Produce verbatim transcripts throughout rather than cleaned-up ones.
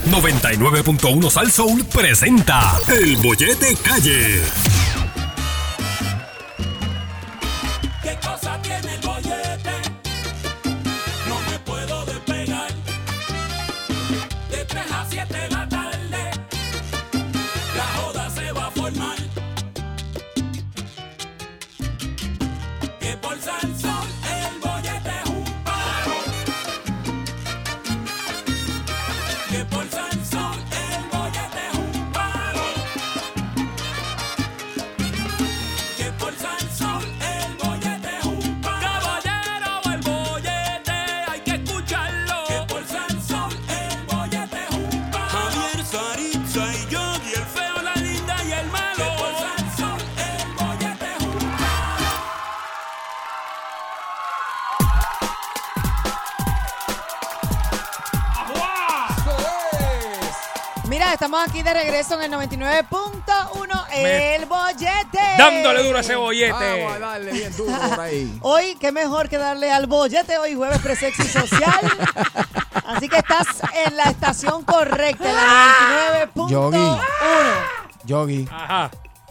noventa y nueve punto uno Sal Soul presenta El Bollete Calle. ¿Qué cosa tiene el bollete? No me puedo despegar. De tres a siete de la tarde, la joda se va a formar. Que por Sal Soul el bollete es un paro. Que por Sal Soul el bollete es un paro. Que por Sal Soul el bollete es un paro. Caballero, el bollete hay que escucharlo. Que por Sal Soul el bollete es un paro. Javier, Saritza y yo, y el feo, la linda y el malo. Que por Sal Soul el bollete es un paro. Mira, estamos aquí de regreso en el noventa y nueve punto uno, Me- El Bollete. Dándole duro a ese bollete. Vamos a darle bien duro por ahí. Hoy, qué mejor que darle al bollete hoy, jueves presexy social. Así que estás en la estación correcta, en la noventa y nueve punto uno. Yogi, Ajá.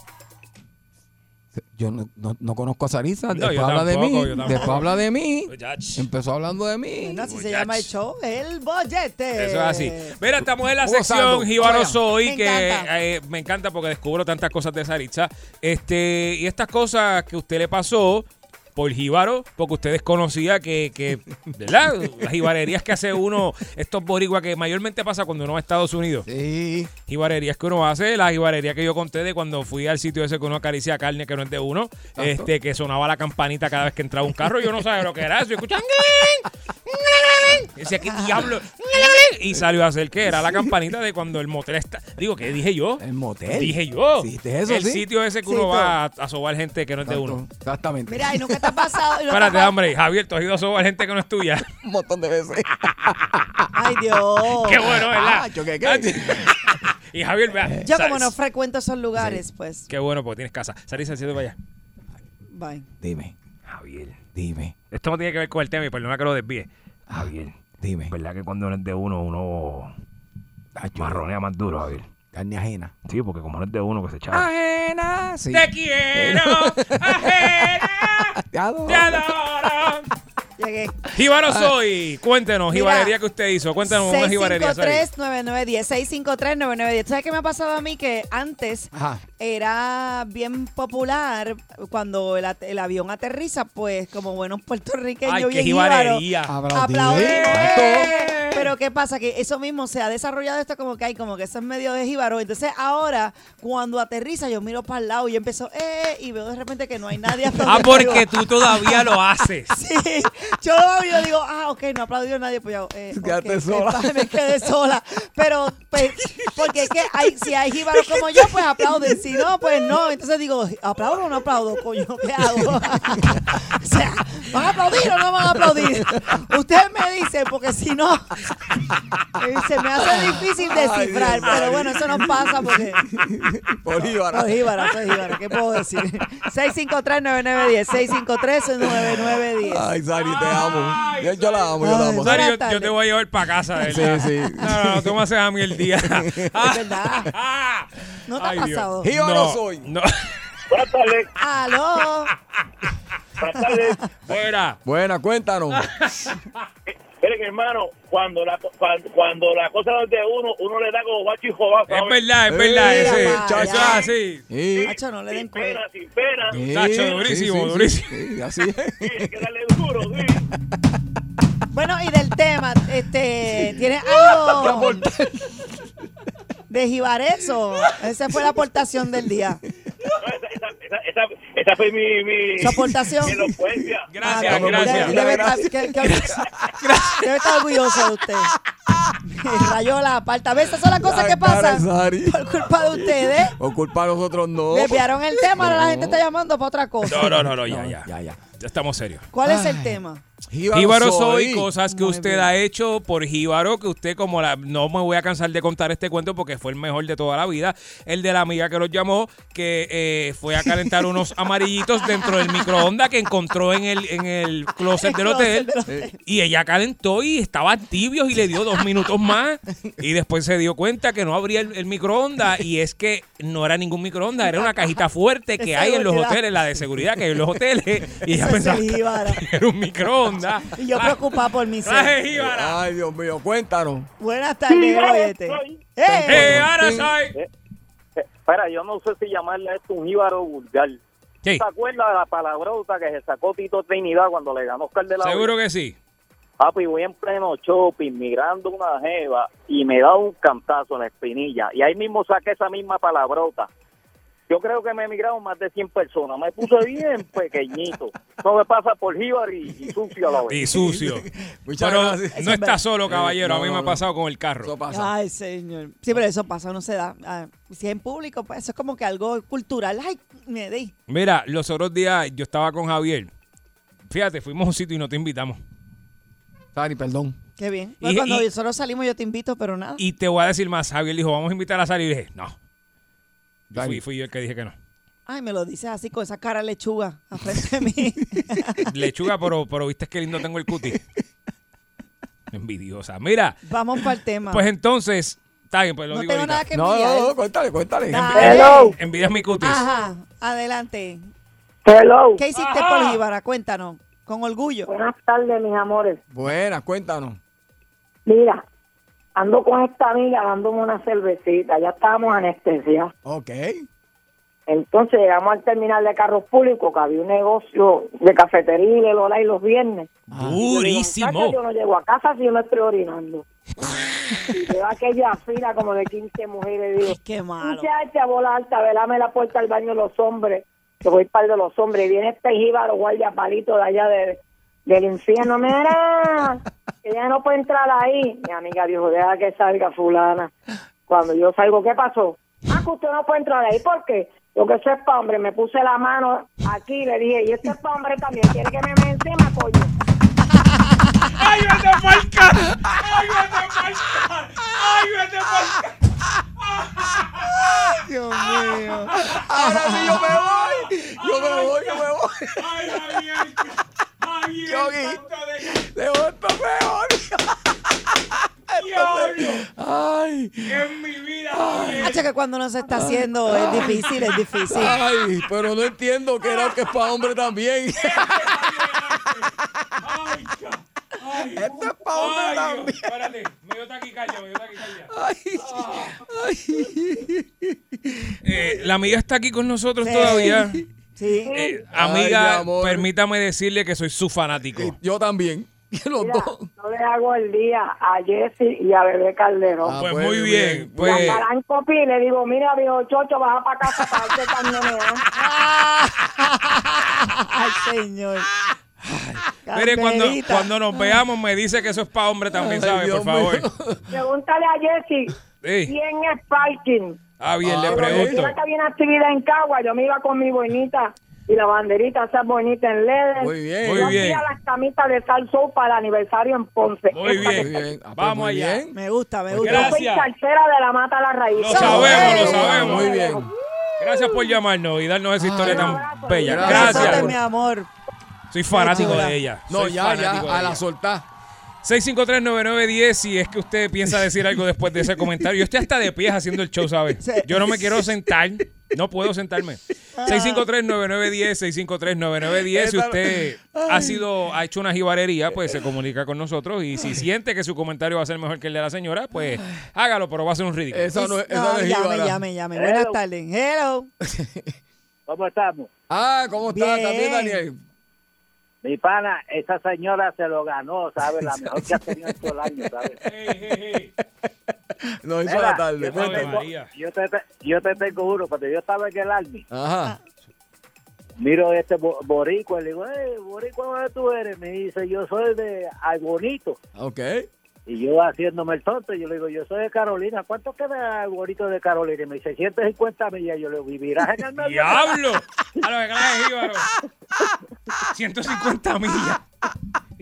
yo no, no, no conozco a Sarisa. No, Después yo habla de tampoco, mí. yo tampoco. Después habla de mí. Muchach. Empezó hablando de mí. Bueno, así se Muchach. llama el show, El Bollete. Eso es así. Mira, estamos en la Hugo sección Saldo, Jíbaro vaya. Soy, Me que encanta. eh, me encanta porque descubro tantas cosas de Saritza. Este, y estas cosas que usted le pasó por jíbaro, porque usted desconocía que, que, ¿verdad? Las jibarerías que hace uno, estos boricuas que mayormente pasa cuando uno va a Estados Unidos. Sí. Jibarerías que uno hace, la jibarería que yo conté de cuando fui al sitio ese que uno acaricia carne que no es de uno, este que sonaba la campanita cada vez que entraba un carro, yo no sabía lo que era eso, yo escuchaba y decía, ¿qué diablo? Y salió a hacer que era la campanita de cuando el motel está. Digo, ¿qué dije yo? El motel. Dije yo. Sí, de eso, el sí. sitio ese que Sí, uno tú. va a, a sobar gente que no es de uno. Exacto, Exactamente. Mira, y nunca te ha pasado. y nunca Espérate, te ha- hombre, Javier, tú has ido a sobar gente que no es tuya. Un montón de veces. Ay, Dios. Qué bueno, ¿verdad? Ah, yo qué, qué. Y Javier, vea. Yo, Sal- como no frecuento esos lugares, pues. Qué bueno, porque tienes casa. Sarisa, siete para allá. Bye. Dime, Javier. dime. Esto no tiene que ver con el tema y perdona que lo desvíe. Javier, Dime. ¿verdad que cuando no es de uno, uno Tacho, marronea más duro, Javier? Carne ajena. Sí, porque como no es de uno, que se echaba. Ajena. Sí. ¡Te quiero! ¡Ajena! Te adoro. ¡Te adoro! Llegué. Jíbaro Soy, cuéntenos, Mira, jibarería que usted hizo. Cuéntanos una jibarería, Sari. seis cinco tres, nueve nueve uno cero, seis cinco tres, nueve nueve uno cero. ¿Sabes qué me ha pasado a mí? Que antes Ajá. era bien popular cuando el, at- el avión aterriza, pues como buenos puertorriqueños ¡Ay, qué bien jíbaros, jibarería! aplaudimos. Tanto. Pero ¿qué pasa? Que eso mismo se ha desarrollado esto como que hay como que eso es medio de jíbaro. Entonces ahora cuando aterriza yo miro para el lado y yo empiezo eh, y veo de repente que no hay nadie Ah, aplaudiendo. porque tú todavía lo haces. Sí, yo lo veo y yo digo, ah, ok, no aplaudió nadie, pues ya, eh, Quédate ok, sola. pues, me quedé sola. Pero, pues, porque es que hay, si hay jíbaros como yo, pues aplauden. Si no, pues no. Entonces digo, ¿aplaudo o no aplaudo, coño? ¿Qué hago? O sea, ¿van a aplaudir o no van a aplaudir? Ustedes me dicen, porque si no, eh, se me hace difícil descifrar. Ay, Dios, pero bueno, eso nos pasa porque... Por Jíbara. Soy jíbara, soy jíbara, ¿qué puedo decir? seis cinco tres, nueve nueve uno cero, seis cinco tres, nueve nueve uno cero. Ay, Sari, te amo. Yo, yo la amo, yo la Ay, amo. Sari, yo, Buenas yo te voy a llevar para casa, ¿verdad? Sí, sí. No, no, no, tú me haces a mí el día. Es verdad. ¿No te ha Ay, Dios. pasado? Jíbaro No, soy. No. Buenas tardes. ¡Aló! Buenas tardes. Fuera. Buena, cuéntanos. Miren, hermano, cuando la, cuando, cuando la cosa no es de uno, uno le da como guacho y jovazo. Es verdad, es verdad. Eh, ese. mira, Eso es vaya. así. Sí. Hacho, no le den Sin cuello. pena, sin pena. Sí, Tacho, durísimo, durísimo. Sí, así es. Sí, hay que darle duro, sí. Bueno, y del tema, este, ¿tienes algo de jibarezo? Esa fue la aportación del día. No, esa, esa, esa, esa, esa fue mi, mi, Su aportación. mi elocuencia. Gracias, Ah, gracias. Debe, debe estar, que- que- debe estar orgulloso de usted. Rayó la parta. A veces son las cosas La que cara pasan de Sari. por culpa de ustedes. Por culpa de nosotros no. Desviaron el tema, ahora la No. gente está llamando para otra cosa. No, no, no, no, ya, ya. Ya, ya. Ya estamos serios. ¿Cuál es el Ay. tema? Jíbaro soy, cosas que Muy usted bien. ha hecho por jíbaro, que usted como la... No me voy a cansar de contar este cuento porque fue el mejor de toda la vida. El de la amiga que los llamó, que eh, fue a calentar unos amarillitos dentro del microondas que encontró en el, en el closet del hotel. Closet del hotel. Y ella calentó y estaban tibios y le dio dos minutos más. Y después se dio cuenta que no abría el, el microondas. Y es que no era ningún microondas, era una cajita fuerte que Esa hay en los seguridad. hoteles, la de seguridad que hay en los hoteles. Y ella Ese es pensaba el jíbaro. que era un microondas. Y yo preocupada por mi ser. Traje jíbara. Ay, Dios mío, cuéntanos. Buenas tardes, Bollete. ¡Eh! ¡Eh, ahora soy! Espera, yo no sé si llamarle a esto un jíbaro vulgar. Sí, ¿Te acuerdas de la palabrota que se sacó Tito Trinidad cuando le ganó Oscar de la seguro Hoya? que sí. Papi, voy en pleno shopping, mirando una jeva, y me da un cantazo en la espinilla. Y ahí mismo saqué esa misma palabrota. Yo creo que me emigraron más de cien personas. Me puse bien pequeñito. No me pasa por jíbaro y, y sucio a la vez. Y sucio. Muchas Pero gracias. no está solo, caballero. Eh, A mí no, me ha no, pasado con el carro. Eso pasa. Ay, señor. Sí, pero eso pasa, no se da. Ah, si es en público, pues eso es como que algo cultural. Ay, me di. Mira, los otros días yo estaba con Javier. Fíjate, fuimos a un sitio y no te invitamos. Sari, perdón. Qué bien. Y- Pues cuando y- nosotros salimos, yo te invito, pero nada. Y te voy a decir más. Javier dijo, vamos a invitar a Sari. Y dije, no. Y Dani. fui, fui yo el que dije que no. Ay, me lo dices así con esa cara de lechuga a frente de mí. Lechuga, pero, pero viste qué lindo tengo el cutis. Envidiosa. Mira, Vamos para el tema. pues entonces, está bien, pues lo no digo tengo ahorita. nada que No, envidiar. no, no, cuéntale, cuéntale. Dale. Envidias mi cutis. Ajá, adelante. Hello. ¿Qué hiciste por Jíbara? Cuéntanos, con orgullo. Buenas tardes, mis amores. Buenas, cuéntanos. Mira, ando con esta amiga dándome una cervecita. Ya estábamos anestesiados. Ok. Entonces llegamos al terminal de carros públicos, que había un negocio de cafetería y de Lola y los viernes. Yo digo, Durísimo. "Muchacha, yo no llego a casa si yo no estoy orinando". Y veo aquella fila como de quince mujeres y digo, Ay, qué malo. muchacha, bola alta, velame la puerta al baño de los hombres. Yo voy para el de los hombres. Y viene este jíbaro guardia palito de allá de, del infierno. Mira, que ya no puede entrar ahí. Mi amiga dijo, deja que salga fulana. Cuando yo salgo, ¿qué pasó? Ah, que usted no puede entrar ahí. ¿Por qué? Porque eso es para hombre. Me puse la mano aquí y le dije, y este es para hombre también. ¿Quiere que me me encima, coño? ¡Ay, vete a marcar! ¡Ay, vete a marcar! ¡Ay, vete a marcar! Dios mío. Ahora sí yo me voy. Yo me voy, yo me voy. ¡Ay, Javier! ¡Javier! Yogi. santo de- Dejo esto peor. ¡Diablo! Ay. En mi vida, Javier. Hacho, que cuando uno se está haciendo es difícil, es difícil. Ay, pero no entiendo que era que es para hombre también. ¡Ay, ca- ay! Esto es para hombre Ay, Dios, también. espérate, me dio taquicardia, me dio taquicardia. Ay, ay. Eh, la amiga está aquí con nosotros Sí. todavía. Sí. Eh, Ay, amiga, mi amor. permítame decirle que soy su fanático. Yo también. Los Mira, dos. yo le hago el día a Jessy y a Bebé Calderón. Ah, Pues pues, muy bien, bien. Y pues a Caranco Pi le digo, mira, viejo chocho, baja para casa para este camionero. Ay, señor. mire, cuando, Candelita. cuando nos veamos me dice que eso es para hombre también, Ay, ¿sabe? Dios Por favor. mío. Pregúntale a Jessy, Sí. ¿quién es parking? Ah, bien, Ah, le pero pregunto. Mira que había una actividad en Cagua, yo me iba con mi boinita y la banderita, esa boinita en L E D. Muy bien. Muy Yo bien. hacía las camitas de Salsoul para el aniversario en Ponce. Muy Esa bien. que- Muy bien. Ah, pues, Vamos muy allá. bien. Me gusta, me Pues gusta. Yo soy Gracias. charchera de la Mata a la Raíz. Lo sabemos, lo sabemos. Muy bien. Gracias por llamarnos y darnos esa historia Ay, tan abrazo. bella. Gracias. Gracias. mi amor. Soy fanático chula. de ella. No, Soy ya, ya, fanático de a la ella. soltar. seis cinco tres, nueve nueve uno cero si es que usted piensa decir algo después de ese comentario. Yo estoy hasta de pies haciendo el show, ¿sabes? Sí. Yo no me quiero sentar. No puedo sentarme. seis cinco tres, nueve nueve uno cero, seis cinco tres, nueve nueve uno cero. Si usted ha sido, ha hecho una jibarería, pues se comunica con nosotros. Y si siente que su comentario va a ser mejor que el de la señora, pues hágalo, pero va a ser un ridículo. Esa no, es- esa No, no es llame, jíbara. llame, llame. Buenas Hello. tardes. Hello. ¿Cómo estamos? Ah, ¿cómo está? Bien. ¿También, Daniel? Mi pana, esa señora se lo ganó, ¿sabes? La mejor que ha tenido en todo el año, ¿sabes? Hey, hey, hey. No hizo Mira, la tarde. yo te, Cuéntame. tengo, María. yo, te, te- yo te tengo uno. Cuando yo estaba en el Army, Ajá. miro este bo- boricua y le digo, eh, boricua, ¿dónde tú eres? Me dice, yo soy de Albonito. Ok. Y yo haciéndome el tonto, yo le digo, yo soy de Carolina. ¿Cuánto queda Albonito de Carolina? Y me dice, ciento cincuenta millas. Yo le digo, ¿vivirás en el medio? ¡Diablo! A lo que clase de jíbaro. ciento cincuenta millas.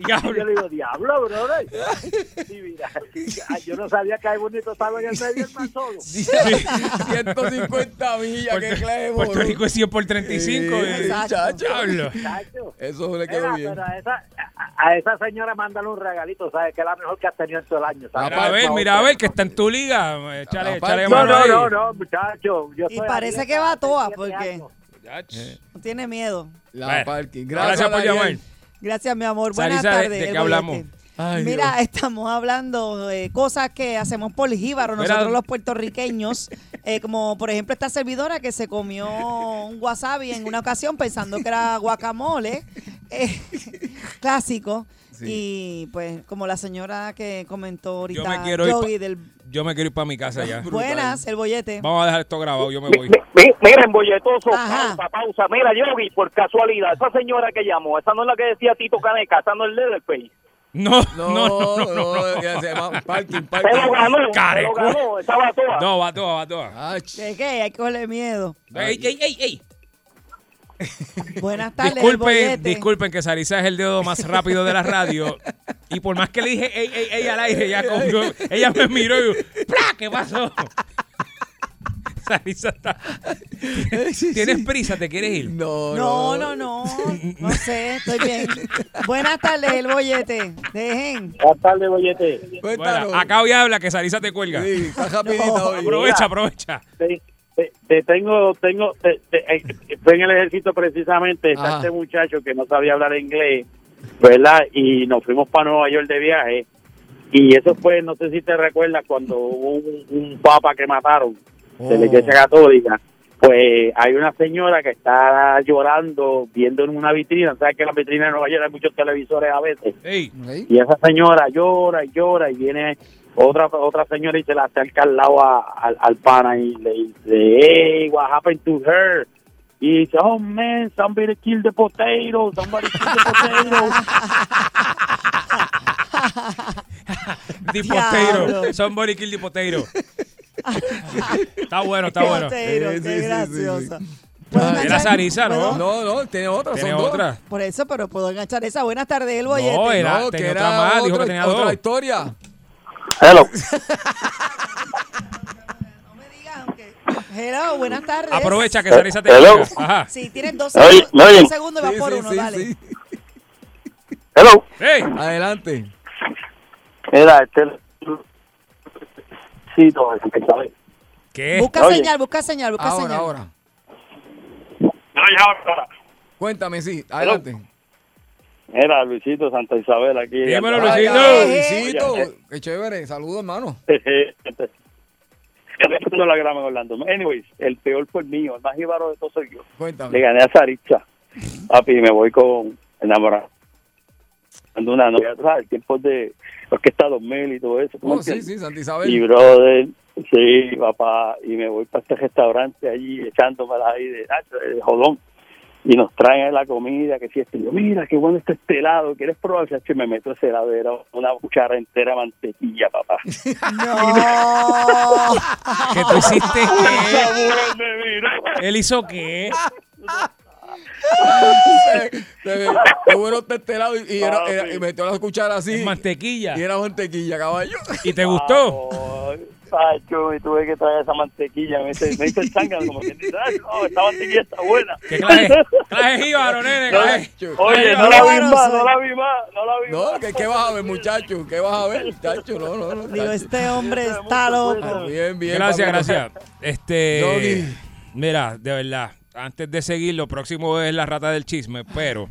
Y yo le digo, diablo, brother. Sí, mira, yo no sabía que hay bonito estaba en el medio del mar solo. ciento cincuenta millas, qué clave, Puerto Rico es cien por treinta y cinco. Sí, eh. chacho. Diablo. Chacho. Eso le quedó Mira, bien. pero a esa, a, a esa señora mándale un regalito, ¿sabes? Que es la mejor que has tenido en todo el año, ¿sabes? Mira a ver, mira a ver, que está en tu liga. Échale, échale No, mano no, ahí. no, no, muchacho. Yo Y soy parece atleta que va a hace toa, siete porque años. no tiene miedo. La Bueno, parking. Gracias por Daniel. llamar. Gracias, mi amor. Buenas Sarisa, ¿de- tardes. de qué el hablamos? bollete. Ay, Mira, Dios. estamos hablando de cosas que hacemos por jíbaro, Mira. nosotros los puertorriqueños, eh, como por ejemplo esta servidora que se comió un wasabi en una ocasión pensando que era guacamole, eh, clásico, Sí. y pues como la señora que comentó ahorita, Yo me quiero ir Yogi pa- del Yo me quiero ir para mi casa ya. Buenas, el bollete. Vamos a dejar esto grabado, yo me Mi- voy. mi- mi- Mira, embolletoso, Ajá. pausa, pausa. Mira, Yogi, por casualidad, esa señora que llamó, esa no es la que decía Tito Caneca, esa no es el Leatherface. No, No, no, no, no. no, no. ya se llama parking, Se lo parking. ganó, se Carecu- lo ganó, esa va toda. No, va toda, va toda. Ach. ¿Qué, qué? Hay que cogerle miedo. Ey, ey, ey, ey. Buenas tardes, el Disculpen, bollete. disculpen que Sarisa es el dedo más rápido de la radio. Y por más que le dije ey, ey, ey al aire, ella cogió, ella me miró y ¡plá! ¿Qué pasó? Sarisa está. ¿Tienes prisa? ¿Te quieres ir? No, No, no, no, no sé, estoy bien. Buenas tardes, el bollete. Dejen. Buenas tardes, bollete. Cuéntanos. Bueno, acá hoy habla que Sarisa te cuelga. Sí, está rapidita hoy. Aprovecha, aprovecha. Te, te- te tengo, tengo, te, te- eh, fue en el ejército precisamente, está Ajá. este muchacho que no sabía hablar inglés, ¿verdad? Y nos fuimos para Nueva York de viaje. Y eso fue, no sé si te recuerdas, cuando hubo un, un papa que mataron de la Oh. iglesia católica. Pues hay una señora que está llorando viendo en una vitrina. ¿Sabes que en las vitrinas de Nueva York hay muchos televisores a veces? Ey, Ey. Y esa señora llora y llora y viene otra otra señora y se la acerca al lado a- al, al pana y le dice, hey, what happened to her? Y dice, oh man, somebody killed the potato, somebody killed the potato. the Diablo. potato. Somebody kill the potato. Está bueno, está bueno. Potero, Sí, qué sí, sí, graciosa. sí, sí. ¿Puedo Ay, enganchar? era Sarisa, ¿no? ¿Puedo? No, no, tiene otra. ¿Tiene son dos. otra? Por eso, pero puedo enganchar esa. Buenas tardes, el bollete. No, era- No, tenía que otra era más, dijo otra, que tenía otra dos. historia. Hello. No me digas, aunque... Hello, buenas tardes. Aprovecha que Sarisa te Hello. cuelga. Ajá. Sí, tienes dos Oye, segundos, ¿me oyen? dos segundos y vas Sí, por sí, uno, sí, dale. sí. Hello. Ey, Adelante. Mira, este sí, todo eso, ¿sabes? ¿qué? Busca Oye. señal, busca señal, busca Ahora, señal. ahora. No, ya ahora. Cuéntame, sí. Adelante. Mira, Luisito Santa Isabel aquí. Dímelo, Ay, Luisito. ay, Luisito. Oye, Qué chévere. Saludos, hermano. No la grama en Orlando. Anyways, el peor fue el mío, el más jíbaro de todos soy yo. Le Cuéntame. gané a Saritza. Papi, me voy con enamorado. Ando una novia, ¿sabes? Tiempos de los que está dos mil y todo eso. ¿tú me Oh, sí, entiendes? sí, Santa Y Isabel. brother, sí, papá, y me voy para este restaurante allí echándomela ahí de, de jodón. Y nos traen la comida, que si este, yo, mira, qué bueno está este helado, ¿quieres probar? Y me meto ese helado, era una cuchara entera de mantequilla, papá. No. ¿Qué tú hiciste? ¿Qué? Samuel me miró. ¿Él hizo qué? Se ve- Qué bueno está este helado. Y, y, era- Papi. era- y metió la cuchara así. En mantequilla. Y era mantequilla, caballo. ¿Y te gustó? Ay, Pacho, me tuve que traer esa mantequilla, me hice, me hice el zángano, como que dice, ay, no, esta mantequilla está buena. ¿Qué clase? Clase de jíbaro, nene. No, clase. oye, no la vi más, no la vi más, no la vi No, más. ¿qué, ¿qué vas a ver, muchacho? ¿Qué vas a ver, muchacho? No, no, no. Digo, chacho. este hombre está loco. Ah, bien, bien. Gracias, papi. gracias. Este, Yogi. mira, de verdad, antes de seguir, lo próximo es la rata del chisme, pero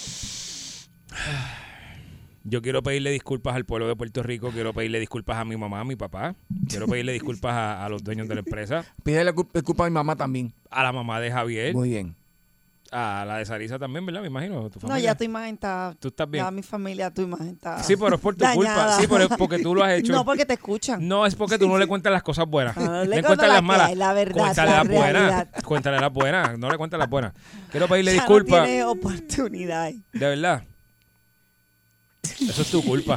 yo quiero pedirle disculpas al pueblo de Puerto Rico, quiero pedirle disculpas a mi mamá, a mi papá, quiero pedirle disculpas a, a los dueños de la empresa, Pídele cu- disculpas a mi mamá también. a la mamá de Javier, Muy bien. a la de Sarisa también, ¿verdad? Me imagino. Tu No, familia. ya tu imagen está... Tú estás bien. Ya mi familia, tu imagen está... Sí, pero es por tu culpa. dañada. Sí, pero es porque tú lo has hecho. No, porque te escuchan. No, es porque tú no le cuentas las cosas buenas. No, le le cuento cuentas la las que malas. hay, la verdad, Cuéntale la las buenas. realidad. Cuéntale las buenas. No le cuentas las buenas. Quiero pedirle Ya disculpas. No tiene oportunidad. De verdad. Eso es tu culpa.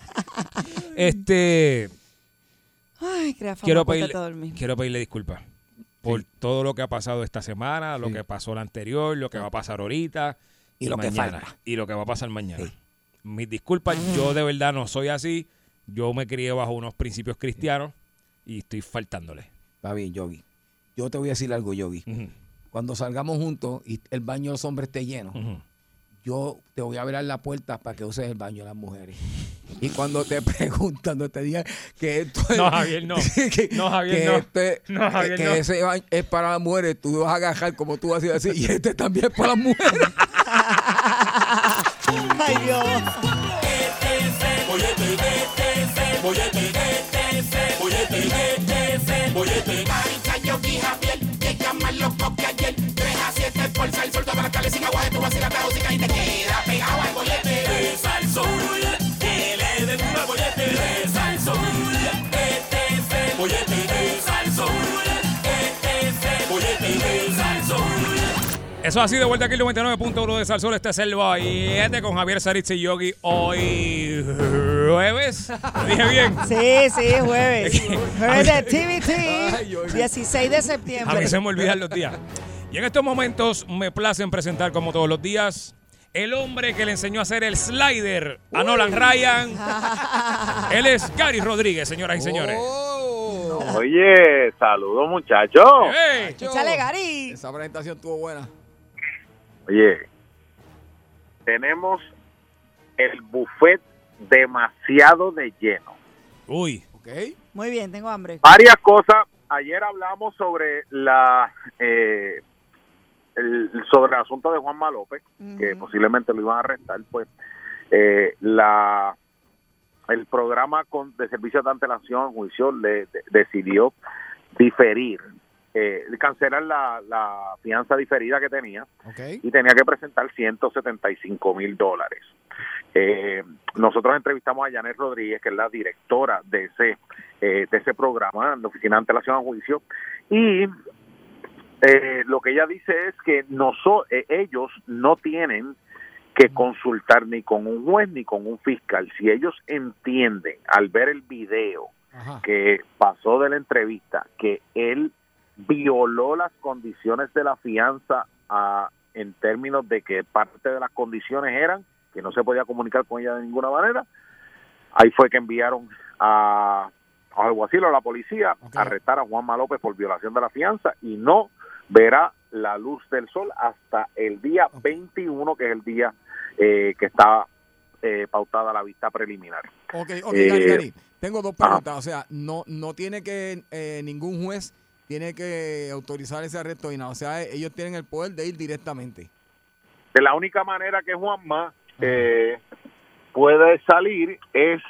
Este. Ay, crea fama, Quiero acuéstate pedirle, a dormir. quiero pedirle disculpas por todo lo que ha pasado esta semana, lo Sí. que pasó la anterior, lo que va a pasar ahorita Y lo que mañana. falta. Y lo que va a pasar mañana. Sí. mis disculpas, yo de verdad no soy así. Yo me crié bajo unos principios cristianos y estoy faltándole. Está bien, Yogi. Yo te voy a decir algo, Yogi. Uh-huh. Cuando salgamos juntos y el baño de los hombres esté lleno, Uh-huh. yo te voy a abrir la puerta para que uses el baño de las mujeres. Y cuando te preguntan, cuando te digan que esto es... No, Javier, no. que, No, Javier, que no. este- No, Javier, que no. ese baño es para las mujeres, tú vas a agarrar como tú vas a decir, y este también es para las mujeres. Ay, Dios. Eso ha sido vuelta aquí el noventa y nueve punto uno de Salsol. Este es el Bollete con Javier Saritz y Yogi. Hoy jueves. ¿Lo dije bien? Sí, sí, jueves. Jueves de T V Ay, T, Yogi. dieciséis de A septiembre. mí se me olvidan los días. Y en estos momentos me placen presentar, como todos los días, el hombre que le enseñó a hacer el slider a Nolan Ryan. Él es Gary Rodríguez, señoras y señores. Oh. Oye, saludos muchachos. ¡Hey! Échale, Gary. Esa presentación estuvo buena. Oye, tenemos el buffet demasiado de lleno. Uy. ¿Ok? Muy bien, tengo hambre. Varias cosas. Ayer hablamos sobre la eh, el, sobre el asunto de Juanma López, que Ujú. posiblemente lo iban a arrestar. Pues eh, la el programa con, de servicio de antelación juicio le de- decidió diferir, eh, cancelar la, la fianza diferida que tenía ¿Ok? y tenía que presentar ciento setenta y cinco mil dólares. Eh, nosotros entrevistamos a Janet Rodríguez, que es la directora de ese eh, de ese programa, la Oficina de Antelación a Juicio, y eh, lo que ella dice es que no so- eh, ellos no tienen que consultar ni con un juez ni con un fiscal. Si ellos entienden al ver el video Ajá. que pasó de la entrevista que él violó las condiciones de la fianza ah, en términos de que parte de las condiciones eran que no se podía comunicar con ella de ninguna manera, ahí fue que enviaron a, a alguacil o a la policía Ok. a arrestar a Juanma López por violación de la fianza y no verá la luz del sol hasta el día Ok. veintiuno, que es el día eh, que está eh, pautada la vista preliminar. Ok, ok, Eh, Gary, Gary. Tengo dos ajá. preguntas. O sea, no, no tiene que, eh, ningún juez tiene que autorizar ese arresto y nada. O sea, ellos tienen el poder de ir directamente. De la única manera que Juanma eh, puede salir es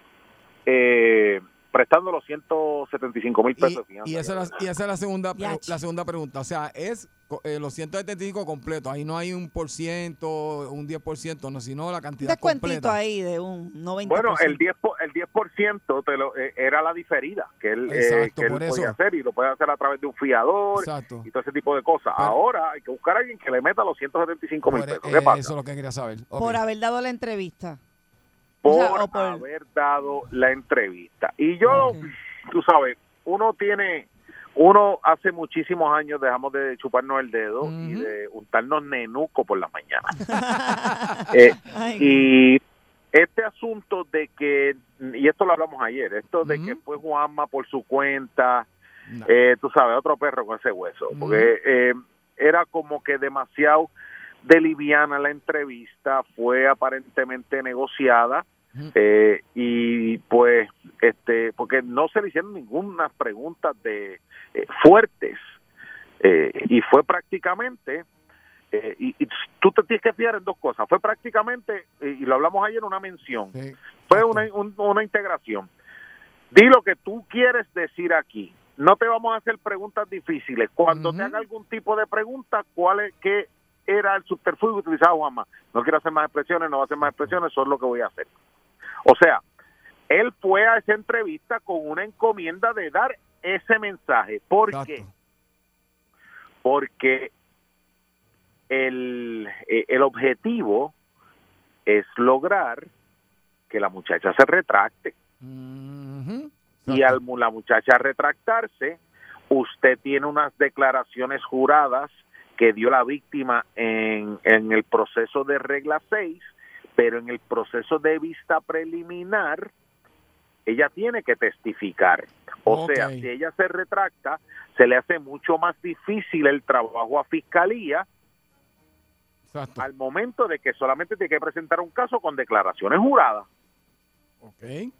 eh, prestando los ciento setenta y cinco mil pesos de Y, fianza. y esa, es la, y esa es la segunda, pre- Yach. la segunda pregunta. O sea, es co- eh, los ciento setenta y cinco completos. Ahí no hay un por ciento, un diez por ciento, no, sino la Un cantidad descuentito completa. ahí de un noventa por ciento. Bueno, el diez por, el diez por ciento te lo, eh, era la diferida que él, eh, Exacto, que él por eso. podía hacer y lo puede hacer a través de un fiador Exacto. y todo ese tipo de cosas. Pero- Ahora hay que buscar a alguien que le meta los ciento setenta y cinco mil Por- pesos. eh, ¿Qué pasa? Eso es lo que quería saber. Ok. Por haber dado la entrevista. Por, o sea, o por- haber dado la entrevista. Y yo, Ok. tú sabes, uno tiene, uno hace muchísimos años dejamos de chuparnos el dedo y Ujú. de untarnos nenuco por la mañana. Eh, Ay. y este asunto de que, y esto lo hablamos ayer, esto de Ujú. que fue Juanma por su cuenta, No. eh, tú sabes, otro perro con ese hueso, Ujú. porque eh, era como que demasiado de liviana la entrevista, fue aparentemente negociada, Ujú. eh, y pues, este, porque no se le hicieron ninguna preguntas de eh, fuertes, eh, y fue prácticamente, eh, y, y tú te tienes que fijar en dos cosas, fue prácticamente, y lo hablamos ayer, una mención, Sí. fue Exacto. una, un- una integración. Di lo que tú quieres decir aquí. No te vamos a hacer preguntas difíciles. Cuando te Ujú. haga algún tipo de pregunta, ¿cuál es, qué era el subterfugio que utilizaba Juanma? No quiero hacer más expresiones, no voy a hacer más expresiones, eso es lo que voy a hacer. O sea, él fue a esa entrevista con una encomienda de dar ese mensaje. ¿Por Exacto. qué? Porque el, eh, el objetivo es lograr que la muchacha se retracte. Ujú. Y al mu- la muchacha retractarse, usted tiene unas declaraciones juradas que dio la víctima en, en el proceso de regla seis pero en el proceso de vista preliminar, ella tiene que testificar. O Ok. sea, si ella se retracta, se le hace mucho más difícil el trabajo a fiscalía Exacto. al momento de que solamente tiene que presentar un caso con declaraciones juradas. Ok.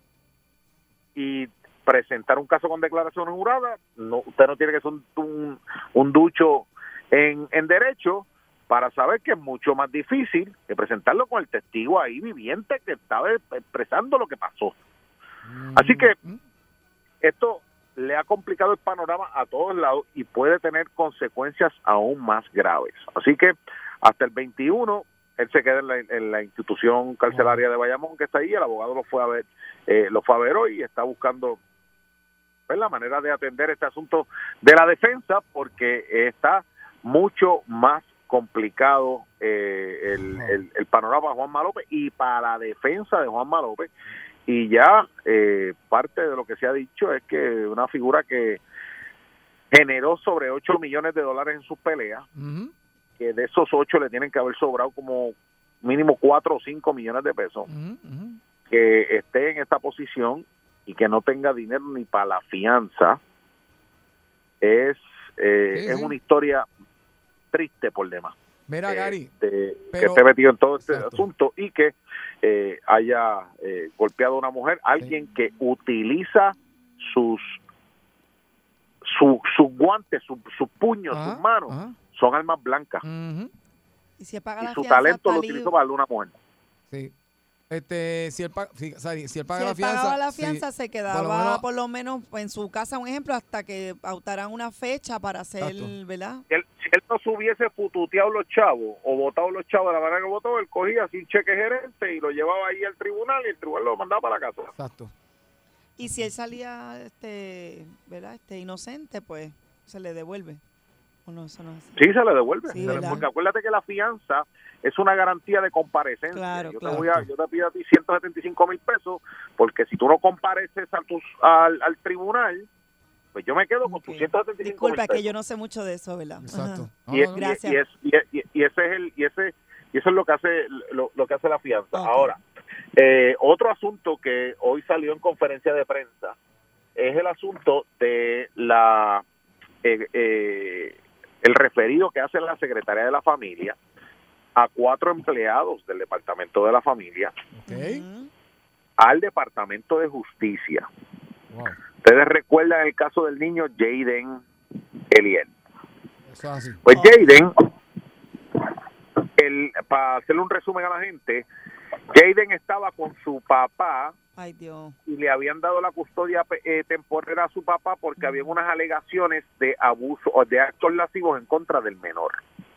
Y presentar un caso con declaraciones juradas, no, usted no tiene que ser un, un, un ducho en, en derecho para saber que es mucho más difícil que presentarlo con el testigo ahí viviente que estaba expresando lo que pasó. Así que esto le ha complicado el panorama a todos lados y puede tener consecuencias aún más graves. Así que hasta el veintiuno él se queda en la, en la institución carcelaria de Bayamón que está ahí. El abogado lo fue a ver, eh, lo fue a ver hoy y está buscando pues, la manera de atender este asunto de la defensa, porque está mucho más complicado eh, el, el, el panorama de Juanma López y para la defensa de Juanma López. Y ya eh, parte de lo que se ha dicho es que una figura que generó sobre ocho millones de dólares en sus peleas, Ujú, que de esos ocho le tienen que haber sobrado como mínimo cuatro o cinco millones de pesos, ujú, ujú. que esté en esta posición y que no tenga dinero ni para la fianza, es, eh, Sí, es sí. una historia triste por demás. Mira, eh, Gary, de- que pero- esté metido en todo este Exacto. asunto y que eh, haya eh, golpeado a una mujer, alguien que utiliza sus su, sus guantes, sus sus puños, Ajá, sus manos, ajá. son armas blancas Ujú, Y si él paga y la su fianza, talento lo está utilizó libre. para darle una mujer. sí. Este, si él, pa- si, o sea, si él paga Si la él fianza, pagaba la sí, fianza, se por quedaba lo menos- por lo menos en su casa, un ejemplo, hasta que pautaran una fecha para hacer, Exacto. ¿verdad? Si él, si él no se hubiese fututeado los chavos o votado los chavos de la manera que votó, él cogía así un cheque gerente y lo llevaba ahí al tribunal y el tribunal lo mandaba para la casa. Exacto. Y si él salía, este, ¿verdad? Este, inocente, pues se le devuelve. ¿O no? Eso no es así. Sí, se le devuelve. Sí, Se le- ¿verdad? porque acuérdate que la fianza es una garantía de comparecencia. Claro, yo, claro. Te voy a, yo te pido a ti ciento setenta y cinco mil pesos porque si tú no compareces a tus, al, al tribunal, pues yo me quedo con tus Ok. ciento setenta y cinco mil Disculpa, pesos. que yo no sé mucho de eso, ¿verdad? Exacto. Ajá. No, y, es- no, no. y- Gracias. y es- y, y- y ese es el y ese y eso es lo que hace lo, lo que hace la fianza. Ok. Ahora, eh, otro asunto que hoy salió en conferencia de prensa es el asunto de la eh, eh, el referido que hace la Secretaría de la Familia a cuatro empleados del Departamento de la Familia Ok. Ujú. al Departamento de Justicia. Wow. Ustedes recuerdan el caso del niño Jaden Eliel. Eso es así. Pues Oh. Jaden, el, para hacerle un resumen a la gente, Jaden estaba con su papá Ay, Dios. y le habían dado la custodia eh, temporal a su papá porque había unas alegaciones de abuso o de actos lascivos en contra del menor.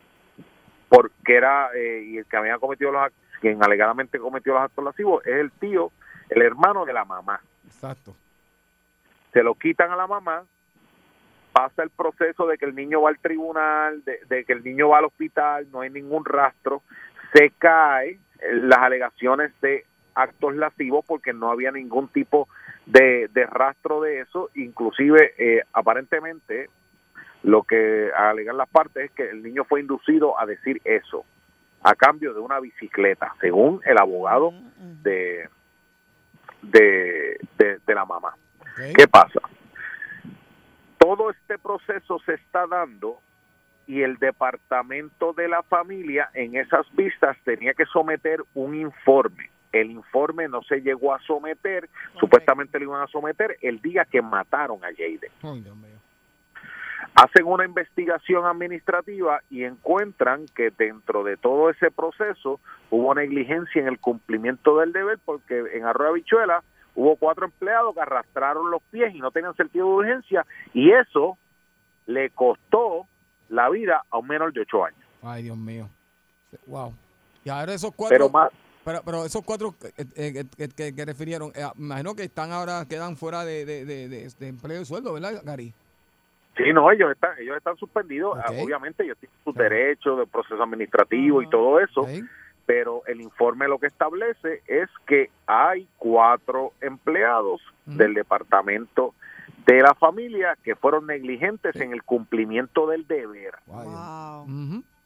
Porque era, eh, y el que había cometido los actos, quien alegadamente cometió los actos lascivos es el tío, el hermano de la mamá. Exacto. Se lo quitan a la mamá, pasa el proceso de que el niño va al tribunal, de, de que el niño va al hospital, no hay ningún rastro, se cae eh, las alegaciones de actos lascivos porque no había ningún tipo de, de rastro de eso, inclusive eh, aparentemente lo que alegan las partes es que el niño fue inducido a decir eso a cambio de una bicicleta, según el abogado Ujú, ujú. de, de, de, de la mamá. Ok. ¿Qué pasa? Todo este proceso se está dando y el Departamento de la Familia en esas vistas tenía que someter un informe. El informe no se llegó a someter, supuestamente lo iban a someter el día que mataron a Jaden. Ay, Dios mío. Hacen una investigación administrativa y encuentran que dentro de todo ese proceso hubo negligencia en el cumplimiento del deber porque en Arroyo Habichuela hubo cuatro empleados que arrastraron los pies y no tenían sentido de urgencia y eso le costó la vida a un menor de ocho años. Ay, Dios mío. Wow. Y ahora esos cuatro. Pero más, Pero, pero esos cuatro eh, eh, que, que, que refirieron, eh, me imagino que están ahora, quedan fuera de, de, de, de, de empleo y sueldo, ¿verdad, Gary? sí, no, ellos están, ellos están suspendidos, Ok. ah, obviamente ellos tienen sus Claro. derechos de proceso administrativo y Ajá. todo eso, Ok. pero el informe lo que establece es que hay cuatro empleados Ujú. del Departamento de la Familia que fueron negligentes en el cumplimiento del deber. Wow. Wow. Ujú.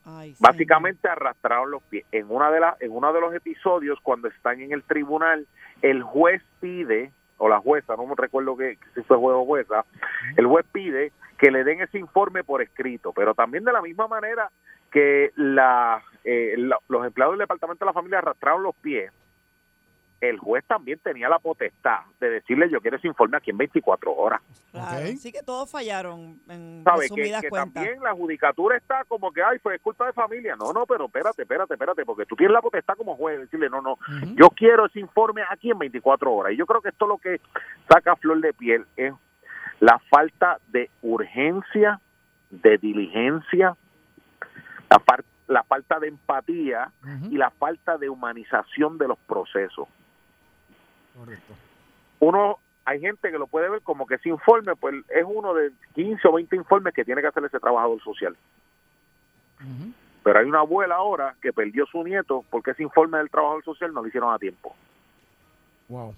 Ay, Básicamente arrastraron los pies. En una de las, en uno de los episodios, cuando están en el tribunal, el juez pide, o la jueza, no me recuerdo que, si fue juez o jueza, el juez pide que le den ese informe por escrito, pero también de la misma manera que la, eh, la, los empleados del Departamento de la Familia arrastraron los pies, el juez también tenía la potestad de decirle: yo quiero ese informe aquí en veinticuatro horas. Claro, Ok. sí que todos fallaron en ¿Sabe? Que, resumidas que cuentas. también la judicatura está como que, ay, fue culpa de familia. No, no, pero espérate, espérate, espérate, porque tú tienes la potestad como juez de decirle: no, no, Ujú. yo quiero ese informe aquí en veinticuatro horas. Y yo creo que esto lo que saca a flor de piel es la falta de urgencia, de diligencia, la, par- la falta de empatía Ujú. y la falta de humanización de los procesos. Correcto. Uno, hay gente que lo puede ver como que ese informe pues es uno de quince o veinte informes que tiene que hacer ese trabajador social. Ujú. Pero hay una abuela ahora que perdió su nieto porque ese informe del trabajador social no lo hicieron a tiempo. Wow.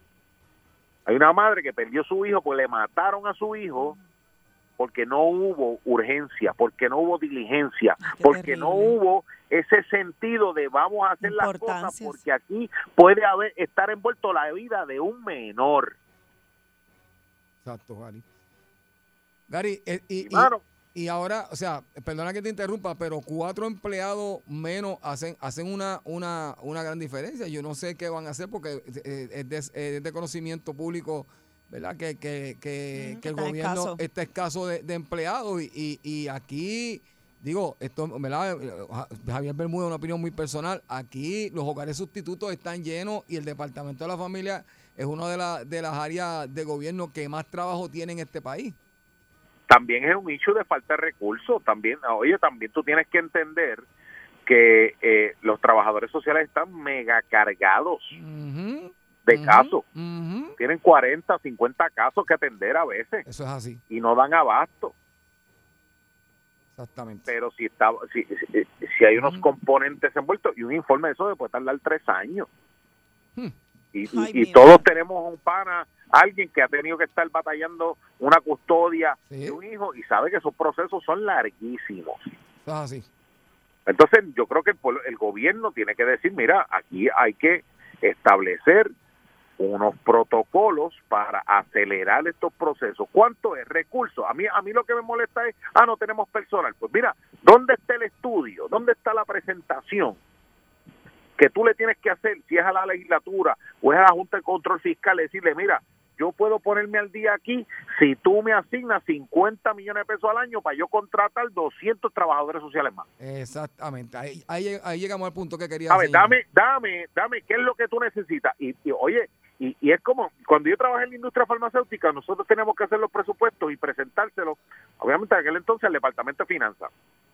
Hay una madre que perdió su hijo pues le mataron a su hijo porque no hubo urgencia, porque no hubo diligencia, Ay, qué porque no terrible. hubo ese sentido de vamos a hacer las cosas Importancias. porque aquí puede haber estar envuelto la vida de un menor. Exacto, Gary. Gary, eh, y, Y, y- mano, y ahora, o sea, perdona que te interrumpa, pero cuatro empleados menos hacen hacen una una una gran diferencia. Yo no sé qué van a hacer porque eh, es, de, es de conocimiento público, ¿verdad? Que, que, que, Mm, que el está gobierno escaso. está escaso de, de empleados y, y, y aquí, digo, esto, ¿verdad? Javier Bermúdez, una opinión muy personal, aquí los hogares sustitutos están llenos y el Departamento de la Familia es una de, la, de las áreas de gobierno que más trabajo tiene en este país. también es un hecho de falta de recursos. También, oye, también tú tienes que entender que eh, los trabajadores sociales están mega cargados Ujú, de ujú, casos. ujú. Tienen cuarenta, cincuenta casos que atender a veces Eso es así, y no dan abasto. exactamente. Pero si está, si, si, si hay unos Ujú. componentes envueltos y un informe de eso puede tardar tres años. Hmm. Y, y- Ay, y mira. todos tenemos un pana, alguien que ha tenido que estar batallando una custodia Sí. de un hijo y sabe que esos procesos son larguísimos. Eso es así. Entonces yo creo que el, pueblo- el gobierno tiene que decir, mira, aquí hay que establecer unos protocolos para acelerar estos procesos. ¿Cuánto es? Recursos. A mí a mí lo que me molesta es, ah, no tenemos personal. Pues mira, ¿dónde está el estudio? ¿Dónde está la presentación que tú le tienes que hacer, si es a la legislatura o es a la Junta de Control Fiscal, decirle, mira, yo puedo ponerme al día aquí si tú me asignas cincuenta millones de pesos al año para yo contratar doscientos trabajadores sociales más? Exactamente. Ahí, ahí, ahí llegamos al punto que quería A ver, señalar. dame, dame, dame, ¿qué es lo que tú necesitas? Y, y oye, y, y es como, cuando yo trabajé en la industria farmacéutica, nosotros teníamos que hacer los presupuestos y presentárselos, obviamente en aquel entonces, al Departamento de Finanzas.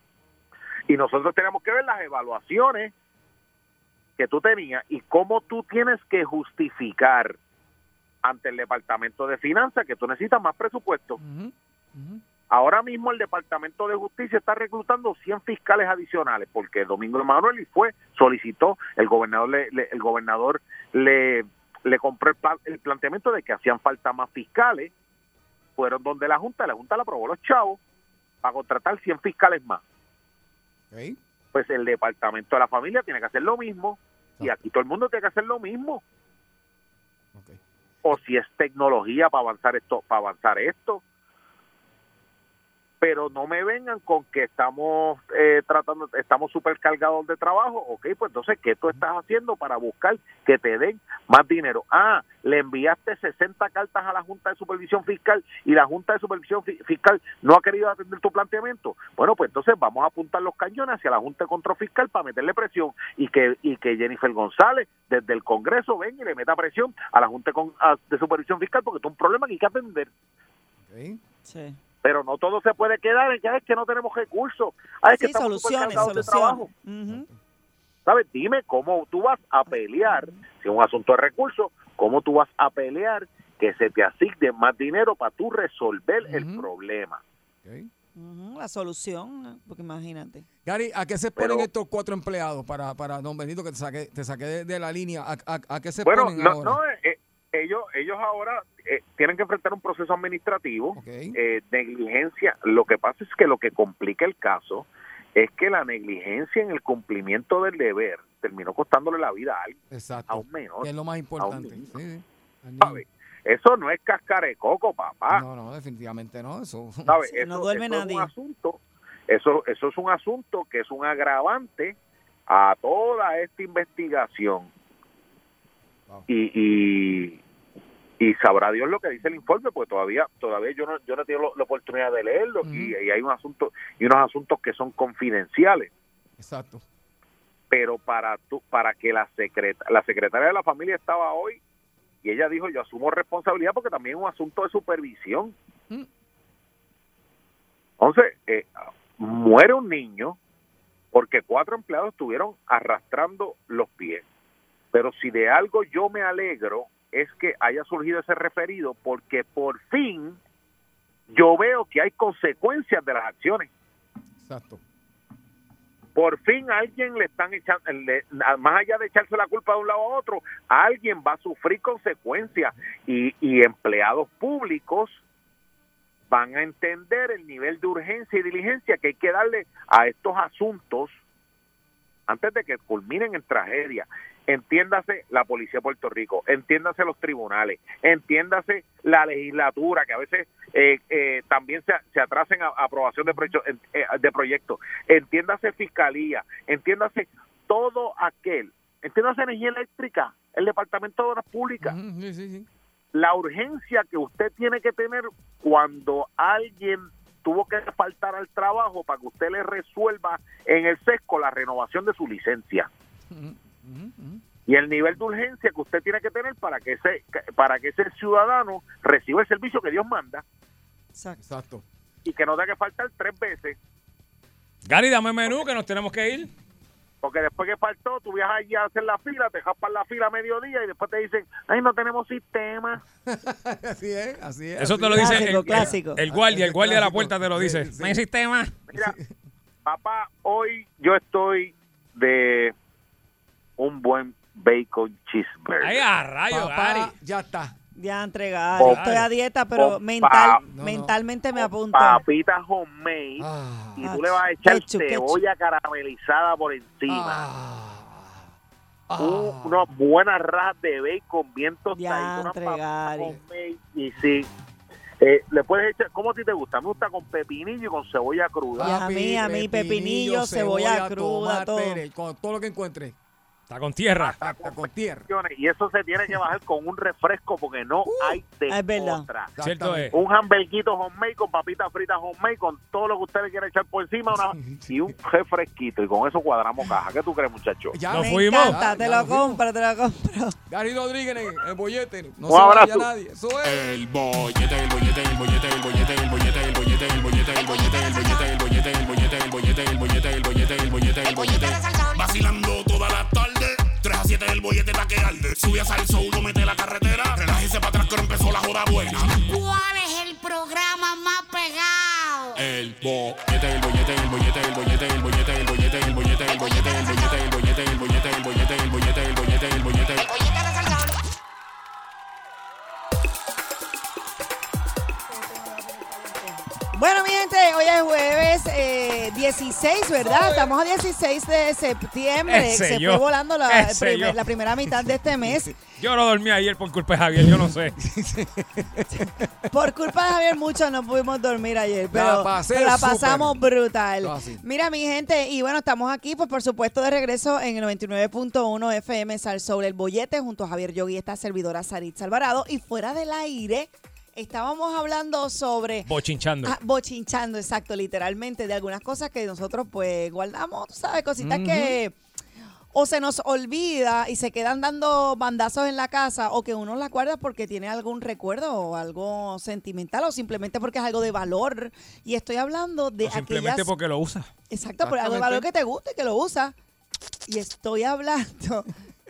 Y nosotros teníamos que ver las evaluaciones que tú tenías y cómo tú tienes que justificar ante el Departamento de Finanzas que tú necesitas más presupuesto. Ujú, ujú. Ahora mismo el Departamento de Justicia está reclutando cien fiscales adicionales porque Domingo Emanuel y fue, solicitó, el gobernador le, le- el gobernador le, le compró el, plan- el planteamiento de que hacían falta más fiscales, fueron donde la Junta, la Junta le aprobó los chavos para contratar cien fiscales más. Ok. Pues el Departamento de la Familia tiene que hacer lo mismo y aquí todo el mundo tiene que hacer lo mismo. Ok. O si es tecnología para avanzar esto, para avanzar esto. Pero no me vengan con que estamos eh, tratando, estamos súper cargados de trabajo. Ok, pues entonces, ¿qué tú estás haciendo para buscar que te den más dinero? Ah, le enviaste sesenta cartas a la Junta de Supervisión Fiscal y la Junta de Supervisión Fi- Fiscal no ha querido atender tu planteamiento. Bueno, pues entonces vamos a apuntar los cañones hacia la Junta de Control Fiscal para meterle presión y que y que Jennifer González desde el Congreso venga y le meta presión a la Junta de, Con- a- de Supervisión Fiscal porque es un problema que hay que atender. Ok. Sí. Pero no todo se puede quedar en que "Ay, es que no tenemos recursos, Ay, es que Sí, estamos soluciones, supercargados de soluciones. trabajo". Ujú. ¿Sabes? Dime cómo tú vas a pelear, si es un asunto de recursos, cómo tú vas a pelear que se te asigne más dinero para tú resolver el Ujú. problema. Ok. Ujú, la solución, porque imagínate. Gary, ¿a qué se ponen Pero- estos cuatro empleados para, para don Benito, que te saqué, te saqué de, de la línea? ¿A, a, a qué se Bueno, ponen no, ahora? no, eh, eh, ellos ellos ahora eh, tienen que enfrentar un proceso administrativo, Ok. eh, negligencia. Lo que pasa es que lo que complica el caso es que la negligencia en el cumplimiento del deber terminó costándole la vida a alguien, Exacto. a un menor. Que es lo más importante. a un niño. Sí, sí. Al niño. ¿Sabes? Eso no es cascarecoco, papá. No, no, definitivamente no. Eso. ¿Sabes? Sí, eso, no duerme eso nadie. es un asunto, eso, eso es un asunto que es un agravante a toda esta investigación. Wow. Y, y, y sabrá Dios lo que dice el informe, porque todavía todavía yo no yo no tengo la oportunidad de leerlo. Ujú. y, y hay un asunto y unos asuntos que son confidenciales. Exacto. Pero para tu, para que la secreta, la secretaria de la familia estaba hoy y ella dijo, yo asumo responsabilidad porque también es un asunto de supervisión. Mm. Entonces, eh, muere un niño porque cuatro empleados estuvieron arrastrando los pies. Pero si de algo yo me alegro es que haya surgido ese referido, porque por fin yo veo que hay consecuencias de las acciones. Exacto. Por fin a alguien le están echando, le, más allá de echarse la culpa de un lado a otro, a alguien va a sufrir consecuencias y, y empleados públicos van a entender el nivel de urgencia y diligencia que hay que darle a estos asuntos antes de que culminen en tragedia. Entiéndase la Policía de Puerto Rico, entiéndase los tribunales, entiéndase la legislatura, que a veces eh, eh, también se, se atrasen a, a aprobación de, proyecto, eh, de proyectos, entiéndase Fiscalía, entiéndase todo aquel, entiéndase Energía Eléctrica, el Departamento de Obras Públicas, Ujú, sí, sí, sí. la urgencia que usted tiene que tener cuando alguien tuvo que faltar al trabajo para que usted le resuelva en el sesco la renovación de su licencia. Ujú, ujú, ujú. Y el nivel de urgencia que usted tiene que tener para que ese para que ese ciudadano reciba el servicio que Dios manda Exacto. Exacto. y que no tenga que faltar tres veces, Gary, dame menú que nos tenemos que ir. porque después que faltó, tú viajas allí a hacer la fila, te japas la fila a mediodía y después te dicen, ay, no tenemos sistema. Así es, así es. Eso así te lo es. dice Clásico, el, clásico. el, el guardia, el guardia de la Clásico. puerta te lo dice. Sí, sí. No hay sistema. Mira, papá, hoy yo estoy de un buen bacon cheeseburger. Ay, a rayo, Papá, Gary. ya está. Ya entregado. Con- Estoy a dieta, pero con mental, pa- No, no. mentalmente me apunto. Papitas homemade Ah, y tú le vas a echar Ketchup, ketchup. cebolla caramelizada por encima. ah, ah. Un- unas buenas rajas de bacon bien tostaditas, unas Diantre, papitas Gary. homemade, y sí, eh, le puedes echar, ¿cómo a ti te gusta? Me gusta con pepinillo y con cebolla cruda. Ya. a mí, a mí, pepinillo, cebolla cruda, todo. Con todo lo que encuentre. Está con tierra. Está con tierra. Y eso se tiene que bajar con un refresco porque no hay de es verdad. otra. Cierto es. Un hamburguito homemade con papitas fritas homemade, con todo lo que usted le quiera echar por encima una- y un refresquito. Y con eso cuadramos caja. ¿Qué tú crees, muchacho? Ya, Nos Me fuimos. encanta, Ya, te ya lo nos fuimos. compro, te lo compro. Gary Rodríguez, el bollete. No Un se vaya abrazo. nadie. Eso es. El bollete, el bollete, el bollete, el bollete, el bollete, el bollete, el bollete, el bollete, el bollete, el bollete, el bollete, el bollete, el bollete, el bollete, el bollete, el bollete. Vacilando toda la tarde, tres a siete el bollete está que arde. Sube a salso, uno mete la carretera, relájese para atrás que ahora empezó la joda buena. ¿Cuál es el programa más pegado? El bollete, el bollete, el bollete, el bollete, el bollete, el bollete, el bollete, el bollete, el bollete, el bollete, el bollete, el bollete, el bollete, el bollete, el bollete. Bueno, mi gente, hoy es jueves eh, dieciséis, ¿verdad? Estamos a dieciséis de septiembre. Ese Se yo. fue volando la, Ese primer- yo. la primera mitad de este mes. Yo no dormí ayer por culpa de Javier, yo no sé. Por culpa de Javier, muchos no pudimos dormir ayer, pero La pasé pero la súper. pasamos brutal. Ah, sí. Mira, mi gente, y bueno, estamos aquí, pues por supuesto, de regreso en el noventa y nueve punto uno F M Sal Soul El Bollete, junto a Javier Yogui, esta servidora Saritza Alvarado. Y fuera del aire, estábamos hablando sobre... Bochinchando. Ah, bochinchando, exacto, literalmente, de algunas cosas que nosotros pues guardamos, tú sabes, cositas que o se nos olvida y se quedan dando bandazos en la casa o que uno las guarda porque tiene algún recuerdo o algo sentimental o simplemente porque es algo de valor. Y estoy hablando de O simplemente aquellas... porque lo usa. Exacto, por algo de valor que te guste, que lo usa. Y estoy hablando...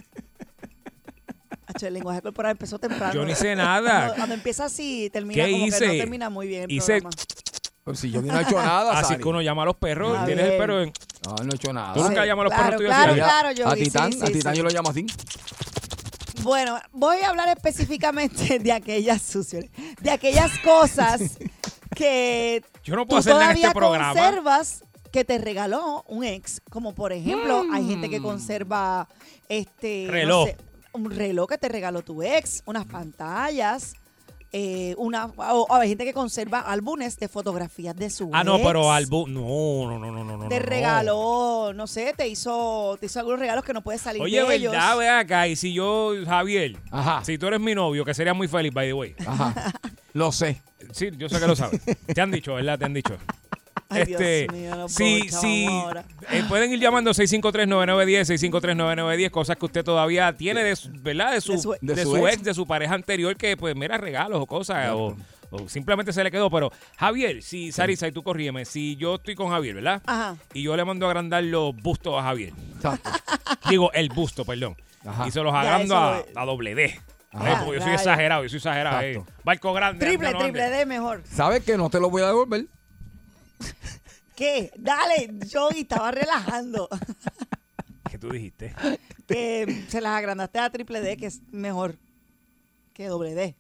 Acho, el lenguaje corporal empezó temprano. Yo ni sé nada. Cuando, cuando empieza así, termina ¿Qué como hice? que no termina muy bien el Hice- programa. Pues si yo no he hecho nada, Así Sari. que uno llama a los perros. Ah, Tienes el bien. perro en... No, no he hecho nada. Tú nunca Sí, llamas a los claro, perros tuyos claro, así. claro, yo a vi, Titán, sí, a sí, Titán sí. yo lo llamo así. Bueno, voy a hablar específicamente de aquellas sucias, de aquellas cosas que Yo no tú puedo hacer nada en todavía este programa. conservas que te regaló un ex, como por ejemplo, Mm. hay gente que conserva este no Reloj. sé, un reloj que te regaló tu ex, unas pantallas, eh, una o, o hay gente que conserva álbumes de fotografías de su Ah, no, ex. pero álbum. No, no, no, no, no. Te no. regaló, no sé, te hizo, te hizo algunos regalos que no puedes salir Oye, de ellos. verdad, ve acá. Y si yo, Javier, Ajá. si tú eres mi novio, que sería muy feliz, by the way. Ajá. Lo sé. Sí, yo sé que lo sabes. Te han dicho, ¿verdad? Te han dicho. Ay, Dios este, mío, no sí, puedo, sí. chavo, ahora. Eh, pueden ir llamando seis cinco tres, nueve nueve uno cero, seis cinco tres, nueve nueve uno cero, cosas que usted todavía tiene de su, ¿verdad? De su, De su- de de su su ex, ex. de su pareja anterior, que pues mira, regalos o cosas, o, o simplemente se le quedó. Pero Javier, si Sarisa, y tú corrígeme, si yo estoy con Javier, ¿verdad? Ajá. Y yo le mando a agrandar los bustos a Javier. Exacto. Digo, el busto, perdón. Ajá. Y se los Ya, agrando eso a, lo- a doble D. Ajá. ¿Eh? Porque yo soy Rayos. exagerado, yo soy exagerado. eh. Exacto. Barco grande. Triple, ande, no triple ande. D mejor. ¿Sabes que no te lo voy a devolver? ¿Qué? Dale, Yogi, estaba relajando. ¿Qué tú dijiste? Que se las agrandaste a triple D, que es mejor que doble D.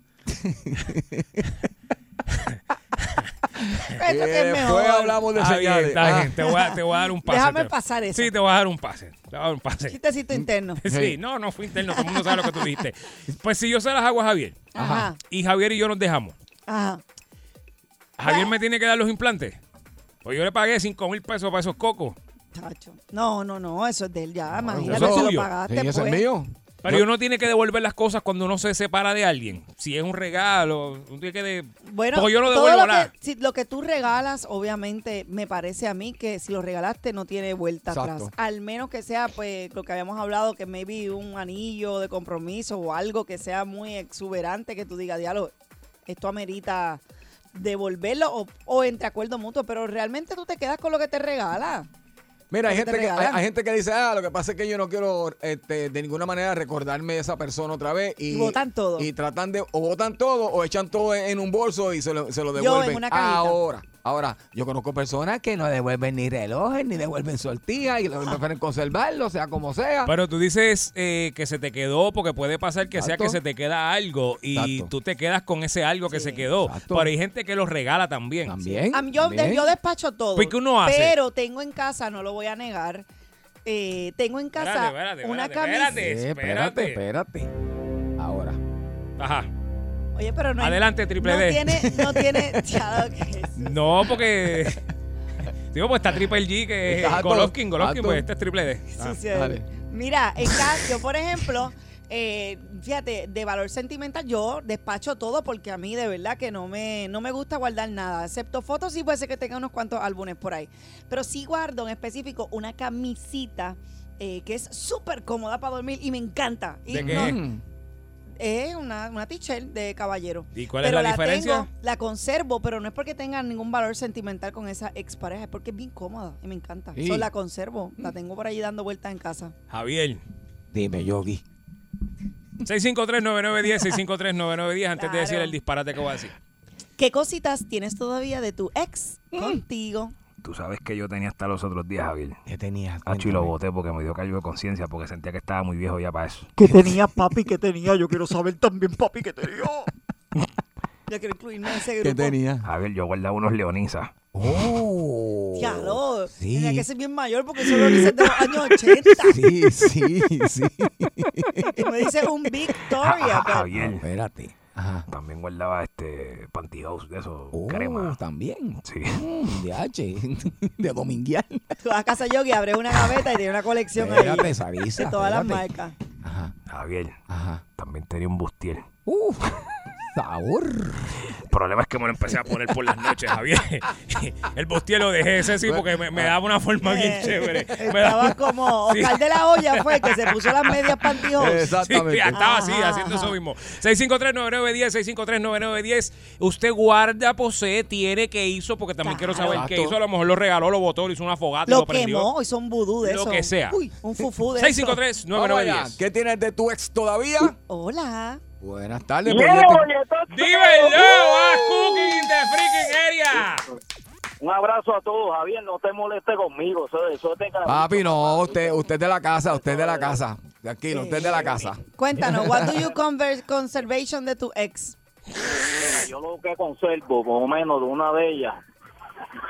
Esto que es Después mejor. hablamos de Está bien, señales. está Ah. bien. Te voy, a, te voy a dar un pase. Déjame Te- pasar eso. Sí, te voy a dar un pase. Te voy a dar un pase. Chistecito interno. Sí, Sí. no, no fue interno. Todo el mundo sabe lo que tú dijiste. Pues si yo se las hago a Javier Ajá. y Javier y yo nos dejamos, Ajá. ¿Javier me tiene que dar los implantes? Pues yo le pagué cinco mil pesos para esos cocos. Chacho. No, no, no, eso es de él ya. Imagínate, eso es se lo tuyo. pagaste. Sí, ese es pues. mío. Pero uno tiene que devolver las cosas cuando uno se separa de alguien. Si es un regalo, uno tiene que... De... Bueno, Porque yo no todo devuelvo lo nada. que, si, lo que tú regalas, obviamente, me parece a mí que si lo regalaste no tiene vuelta Exacto. atrás. Al menos que sea, pues, lo que habíamos hablado, que maybe un anillo de compromiso o algo que sea muy exuberante, que tú digas, diálogo, esto amerita devolverlo o, o entre acuerdo mutuo, pero realmente tú te quedas con lo que te regala. Mira, hay ¿Por qué gente, te que, hay, regalan? hay gente que dice, ah, lo que pasa es que yo no quiero este, de ninguna manera recordarme de esa persona otra vez. Y, Y botan todo. Y tratan de, o botan todo o echan todo en, en un bolso y se lo, se lo Yo, devuelven. en una cajita. Ahora, ahora, yo conozco personas que no devuelven ni relojes, ni devuelven sortijas y lo prefieren conservarlo, sea como sea. Pero tú dices eh, que se te quedó porque puede pasar que sea Exacto. que se te queda algo y Exacto. tú te quedas con ese algo que Sí. se quedó. Exacto. Pero hay gente que lo regala también. También. A mí, yo, también. yo despacho todo. Pues, ¿qué uno hace? Pero tengo en casa, no lo voy a negar, eh, tengo en casa Espérate, espérate, una espérate, camisa. espérate. Eh, espérate, espérate. Ahora. Ajá. Oye, pero no hay- Adelante, triple no D. Tiene, no tiene, ya lo que es. No, porque... Digo, pues está Triple G, que es Exacto, Golovkin, Golovkin, exacto. pues este es Triple D. Sí, Ah, sí. dale. Mira, en casa, yo por ejemplo, eh, fíjate, de valor sentimental, yo despacho todo porque a mí de verdad que no me, no me gusta guardar nada, excepto fotos, sí puede ser que tenga unos cuantos álbumes por ahí. Pero sí guardo en específico una camisita eh, que es súper cómoda para dormir y me encanta. Y ¿De qué no- es? Mm. Es una, una t-shirt de caballero. ¿Y cuál Pero es la, diferencia? Tengo, la conservo, pero no es porque tenga ningún valor sentimental con esa expareja, es porque es bien cómoda y me encanta. Sí. So, la conservo, la tengo por allí dando vueltas en casa. Javier. Dime, Yogi. seis cinco tres, nueve nueve uno cero, seis cinco tres, nueve nueve uno cero, antes de Claro. decir el disparate que voy a decir. ¿Qué cositas tienes todavía de tu ex Mm. contigo? Tú sabes que yo tenía hasta los otros días, Javier. ¿Qué tenías? Hacho, y lo boté porque me dio cargo de conciencia, porque sentía que estaba muy viejo ya para eso. ¿Qué tenía, papi? ¿Qué tenía? Yo quiero saber también, papi, ¿qué tenía? Yo quiero incluirme en ese grupo. ¿Qué tenías? Javier, yo guardaba unos leonisas. Oh. Diablo, Sí. tenía que ser bien mayor porque eso lo hice de los años ochenta. Sí, sí, sí. Y me dice un Victoria. Ja- ja- pero- Javier, Espérate. Ajá. también guardaba este pantyhose de esos, Oh, crema. también. Sí. Mm, de H. De dominguear. Tú vas a casa Yogi, abres una gaveta y tienes una colección Espérate, ahí Sarisa, de todas las espérate. marcas. Ajá. Javier, Ajá. también tenía un bustier. Uf. Sabor. El problema es que me lo empecé a poner por las noches, Javier. El bustier lo dejé ese sí porque me, me daba una forma bien Eh, chévere. Me Estaba daba- como Sí. Oscar de la Hoya fue el que se puso las medias pantyhose. Sí, Exactamente. estaba así, Ajá, haciendo ajá. eso mismo. seis cinco tres, nueve nueve uno cero, seis cinco tres, nueve nueve uno cero. Usted guarda, posee, tiene, qué hizo, porque también Claro. quiero saber qué Exacto. hizo. A lo mejor lo regaló, lo botó, lo hizo una fogata y Lo lo prendió. quemó, hizo un vudú de Lo eso. que sea. Uy, un fufú de seis eso. cinco tres, nueve Vamos nueve uno allá. cero. ¿Qué tienes de tu ex todavía? Hola. Buenas tardes, ¡Yeah, bollete. bolletoso! ¡Dímelo! ¡A Cooking in the freaking area! Un abrazo a todos, Javier, no te moleste conmigo, eso, eso es de cada- Papi, no, usted, usted es de la casa, usted es de la casa. Tranquilo, usted es de la casa. Cuéntanos, what do you conver- conservation de tu ex? Mira, yo lo que conservo, por lo menos de una de ellas,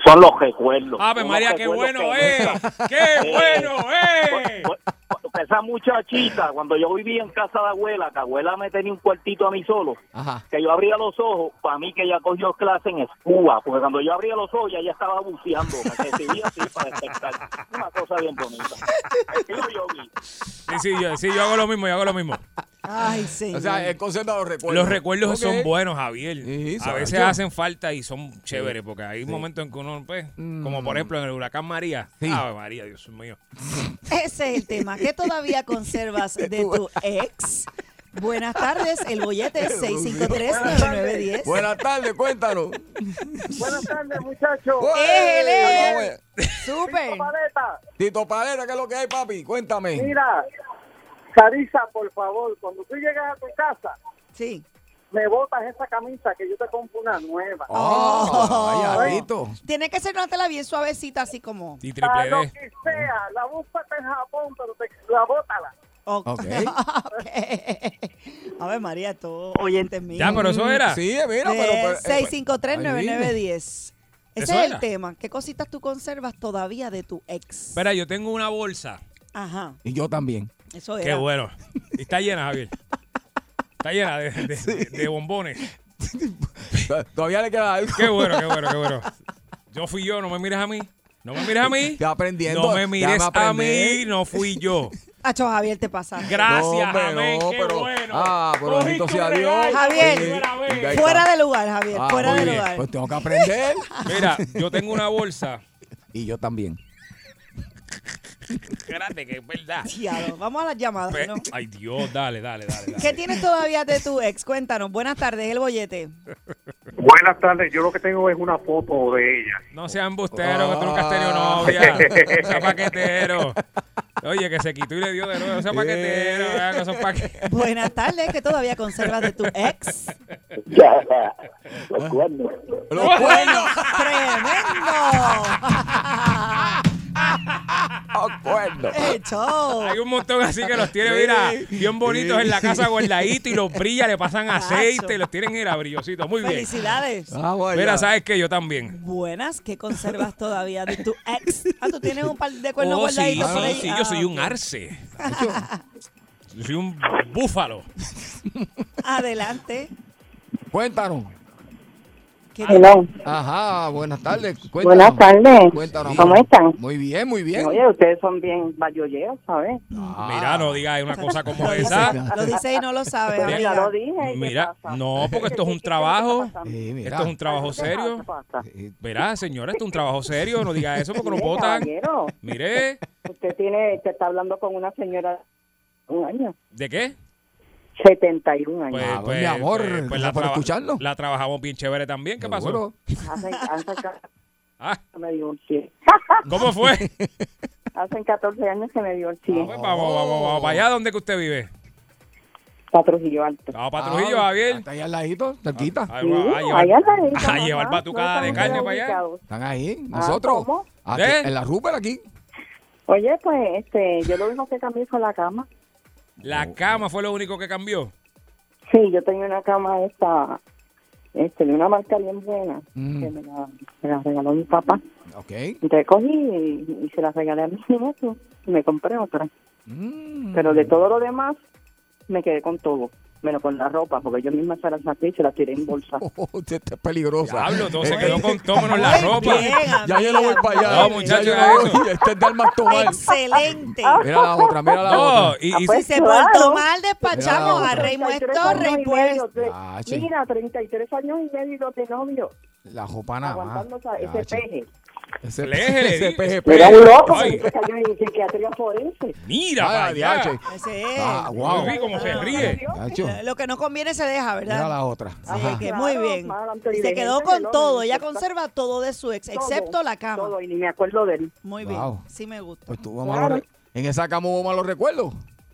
son los recuerdos. Ave Unos María, qué recuerdos bueno, que eh. nunca- Qué bueno, eh. Pues, pues, esa muchachita, cuando yo vivía en casa de abuela, que abuela me tenía un cuartito a mí solo, Ajá. que yo abría los ojos, para mí que ella cogió clase en escuba, porque cuando yo abría los ojos ya ella estaba buceando, me recibía así para despertar. Una cosa bien bonita. Estilo Yogi. Sí, sí, yo, sí, yo hago lo mismo, yo hago lo mismo. Ay, señor. O sea, él conserva los recuerdos. Los recuerdos Ok. son buenos, Javier. Sí, a son- veces yo- hacen falta y son chéveres, porque hay momentos en que uno, pues, como por ejemplo en el huracán María. Sí. Ave María, Dios mío. Ese es el tema. ¿Qué todavía conservas de tu ex? Buenas tardes, el bollete seis cinco tres, nueve nueve uno cero. Buenas tardes, cuéntanos. Buenas tardes, muchachos. Él es. Vamos a ver. Súper. Paleta. Tito Paleta, ¿qué es lo que hay, papi? Cuéntame. Mira, Sarisa, por favor, cuando tú llegas a tu casa, Sí. me botas esa camisa que yo te compro una nueva. Oh, vaya, Tito. Tiene que ser una tela bien suavecita, así como. Y Para triple lo D. que sea, la búscate en Japón, pero te, la bótala. Ok. Ok. A ver, María, tú, oyentes míos. Ya, pero eso era. Sí, mira, pero... pero, eh, seis cinco tres, nueve nueve uno cero. Ese Eso es el era. tema. ¿Qué cositas tú conservas todavía de tu ex? Espera, yo tengo una bolsa. Ajá, Y yo también. eso Qué era. bueno. Y está llena, Javier. Está llena de, de- de- de bombones. Todavía le queda algo. Qué bueno, qué bueno, qué bueno. Yo fui yo, no me mires a mí. No me mires a mí. Estoy aprendiendo. No me mires Déjame a aprender. mí, no fui yo. Acho, Javier, te pasa. Gracias, No, hombre, amén, no, qué pero- bueno. ah, pero Cogiste bendito un sea Dios. regalo, Javier, primera vez. Ahí Fuera está. de lugar, Javier, Ah, fuera muy de bien. lugar. Pues tengo que aprender. Mira, yo tengo una bolsa. Y yo también. Espérate, que es verdad. Diablo, vamos a las llamadas, Pe- ¿no? Ay, Dios, dale, dale, dale. dale. ¿Qué tienes todavía de tu ex? Cuéntanos. Buenas tardes, el bollete. Buenas tardes, yo lo que tengo es una foto de ella. No sean embusteros, que tú nunca has Ah. tenido novia. No sea paquetero. Oye, que se quitó y le dio de nuevo. No sea paquetero. vean que son paque- Buenas tardes, ¿qué todavía conservas de tu ex? Ya, ya. Los cuernos. ¡Los cuernos! ¡Tremendo! ¡Los cuernos! ¡Eh, show! Hay un montón así que los tiene, mira, bien bonitos en la casa guardaditos y los brilla, le pasan aceite y los tienen, mira, brillositos. Muy bien. ¡Felicidades! Ah, vaya. Mira, ¿sabes qué? Yo también. Buenas, ¿qué conservas todavía de tu ex? Ah, tú tienes un par de cuernos Oh, sí, guardaditos por sí, ahí. sí, Ah, yo soy ok. un arce. Yo soy un búfalo. Adelante. Cuéntanos. ¿Qué- Hello. Ajá, buenas tardes. Cuéntanos. Buenas tardes. Cuéntanos. ¿Cómo están? Muy bien, muy bien. Oye, ustedes son bien bayolleros, ¿sabes? Ah. Mira, no digas una cosa como Lo dice, esa. lo dice y no lo sabe, Mira, Ya amiga. lo dije. ¿qué Mira, pasa? no, porque esto es un ¿Qué- qué- trabajo. qué está pasando? Sí, mira. Esto es un trabajo ¿Qué serio. pasa? Eh, Verá, señora, esto es un trabajo serio. No diga eso porque nos Mire, votan. caballero, Mire, usted tiene, usted está hablando con una señora de un año, ¿de qué? setenta y un años. Pues, Ah, pues, mi amor, pues, gracias por traba- escucharlo. la trabajamos bien chévere también. ¿Qué pasó? seguro. Hace, hace ca- Ah, me divorcié. ¿cómo fue? Hace catorce años que me divorcié. Ah, pues vamos, vamos, vamos para allá. ¿Dónde que usted vive? Para Trujillo Alto. Vamos para Trujillo, Javier. Está ahí al ladito, cerquita. A, a- Sí, a allá llevar, en la isla, a mamá. llevar batucada No de estamos carne para allá. ubicados. Están ahí, Ah, nosotros. ¿cómo? Aquí, ¿Eh? en la Rupert aquí. Oye, pues, este, yo lo único que cambié fue la cama. La cama fue lo único que cambió. Sí, yo tenía una cama esta, este, de una marca bien buena, Mm. que me la, me la regaló mi papá. Ok. Entonces cogí y, y se la regalé a mis nietos y me compré otra. Mm. Pero de todo lo demás, me quedé con todo, menos con la ropa, porque yo misma se la saqué y se la tiré en bolsa. Oh, usted es peligrosa. Diablo, todo se Eh, quedó con todo menos la Muy ropa. bien, Ya yo no voy amiga. para allá. No, Ya muchacho, yo era no voy. eso. Este es de armas tomar. Excelente. Mira la otra, mira la No, otra. y, Ah, y- pues, Si se claro. portó mal, despachamos, Mira, agarremos treinta y tres esto, años rey y pues. medio de- Ah, che. Mira, treinta y tres años y medio de novio, La jopa nada más. aguantando esa- Ya, ese che. peje. Ese Pleje, le ese di- peje, Era peje. un loco, Ay. porque cayó en psiquiatría forense. mira Vaya, para allá. diache. Ese es. Ah, wow. Uy, cómo se ríe. Nacho, Lo que no conviene se deja, mira ¿verdad? la otra. Sí, Ajá. que muy Claro, bien. más Y adelante se quedó dirigente con del todo. orden, Ella todo. conserva todo de su ex, Todo, excepto la cama. Todo, y ni me acuerdo de él. Muy bien. Wow. Sí me gusta. Pues tuvo malos re- En esa cama hubo malos recuerdos.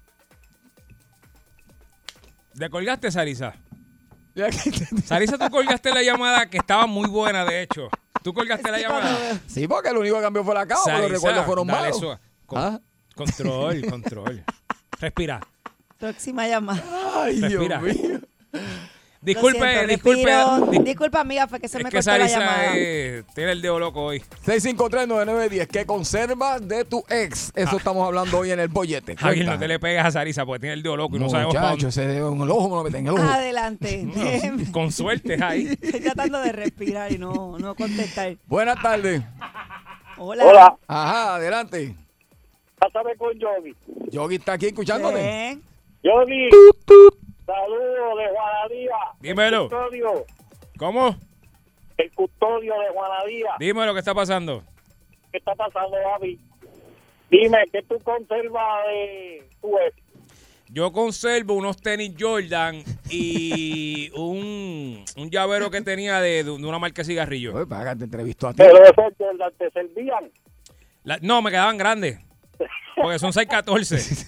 ¿Le colgaste, Sarisa? Sarisa, tú colgaste la llamada que estaba muy buena, de hecho. ¿Tú colgaste la llamada? Sí, porque lo único que cambió fue la cama, pero los Sarisa, recuerdos fueron dale malos. eso. Con- ¿Ah? Control, control. Respira. Próxima llamada. Ay, Dios Respira. mío. Disculpe, Lo siento, disculpe. respiro. di- Disculpa, amiga, fue que se es me que cortó la Sarisa llamada. eh, tiene el dedo loco hoy. seis cinco tres, nueve nueve uno cero. ¿Qué conservas de tu ex? Eso estamos hablando hoy en el bollete. Javier, no Cuenta. te le pegas a Sarisa porque tiene el dedo loco y no sabemos para Muchacho, ese dedo en el ojo me lo meten en el ojo. Adelante. dónde. Con suerte, ahí. Estoy tratando de respirar y no, no contestar. Buenas tardes. Hola. Hola, Ajá, adelante. pásame con Yogi. Yogi está aquí escuchándote. Ven. Yogi, saludos de Juanadía. Dímelo. El custodio, ¿Cómo? el custodio de Juanadía. Dime lo que está pasando. ¿Qué está pasando, Javi? Dime, ¿qué tú conservas de tu ex? Yo conservo unos tenis Jordan y un, un llavero que tenía de, de una marca de cigarrillos. Oye, para que te entrevistó a ti. Pero esos Jordan te servían. La- no, me quedaban grandes. Porque son seis catorce.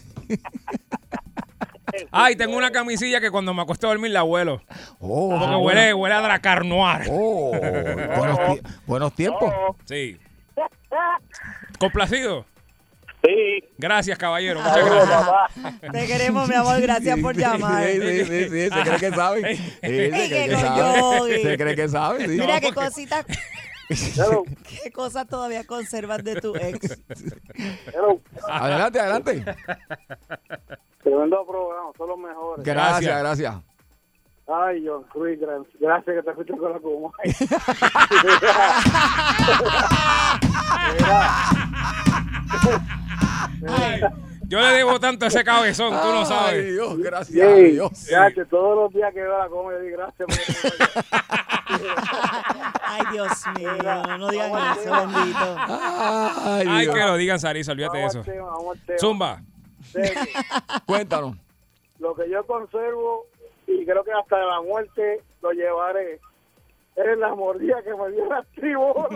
Ay, tengo una camisilla que cuando me acuesto a dormir la huelo. Oh, Porque bueno. huele, huele a Dracar Noir. Oh, buenos, tie- buenos tiempos. Sí. ¿Complacido? Sí. Gracias, caballero. Muchas Saludos, gracias. papá. Te queremos, mi amor. Gracias por llamar. Sí, sí, sí, sí, se cree que sabe. Sí, se Ay, cree qué que sabe. Yogi. Se cree que sabe, sí. Mira No, qué porque- cositas, Hello, qué cosas todavía conservas de tu ex. hello. Adelante, adelante. Tremendo programa, son los mejores. Gracias, gracias. Ay, John Cruz, gran- gracias que te fuiste con la Kuma. Ay, yo le debo tanto a ese cabezón, tú no Ay, sabes. Dios, gracias a Dios. Ya que todos los días que veo la Kuma, yo digo gracias. Ay, Dios mío, no digan eso, bendito. Ay, Ay, Dios. que lo digan, Sarisa, olvídate de Vamos eso. al tema, vamos al tema. Zumba. Serio, Cuéntanos. lo que yo conservo y creo que hasta la muerte lo llevaré es la mordida que me dio la tribu.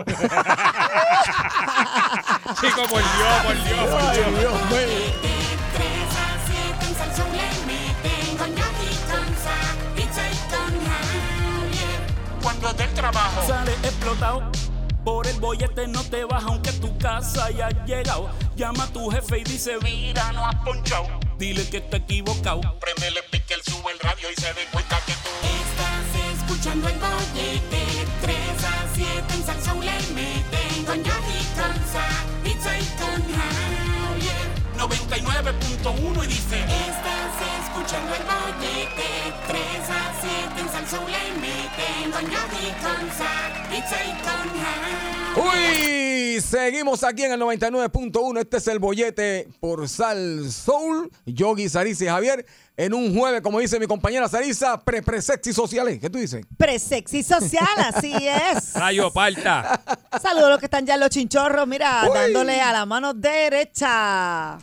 Chico, por Dios, por Dios, por Ay, Dios. Dios mío. tres a siete en Salsón le meten con Yogi, con Sa, Pizza y con Javier. Cuando del trabajo sale explotado, por el bollete no te vas aunque tu casa haya llegado. Llama a tu jefe y dice, mira, no has ponchado. Dile que está equivocado. Prendele pique, él sube el radio y se dé cuenta que tú Estás escuchando el bollete. tres a siete en Salsón le meten con Yogi, con Sa, Pizza y con Javier. noventa y nueve punto uno y dice, Estás escuchando el bollete. tres a siete en Salsón le meten con Yogi, con Sa, Pizza y con Javier. Uy, seguimos aquí en el noventa y nueve punto uno. Este es el bollete por Sal Soul. Yogi, Sarisa y Javier. En un jueves, como dice mi compañera Sarisa, pre-pre-sexy sociales. ¿Qué tú dices? Pre-sexy social, así es. Rayo parta. Saludos a los que están ya en los chinchorros, mira, Uy. dándole a la mano derecha.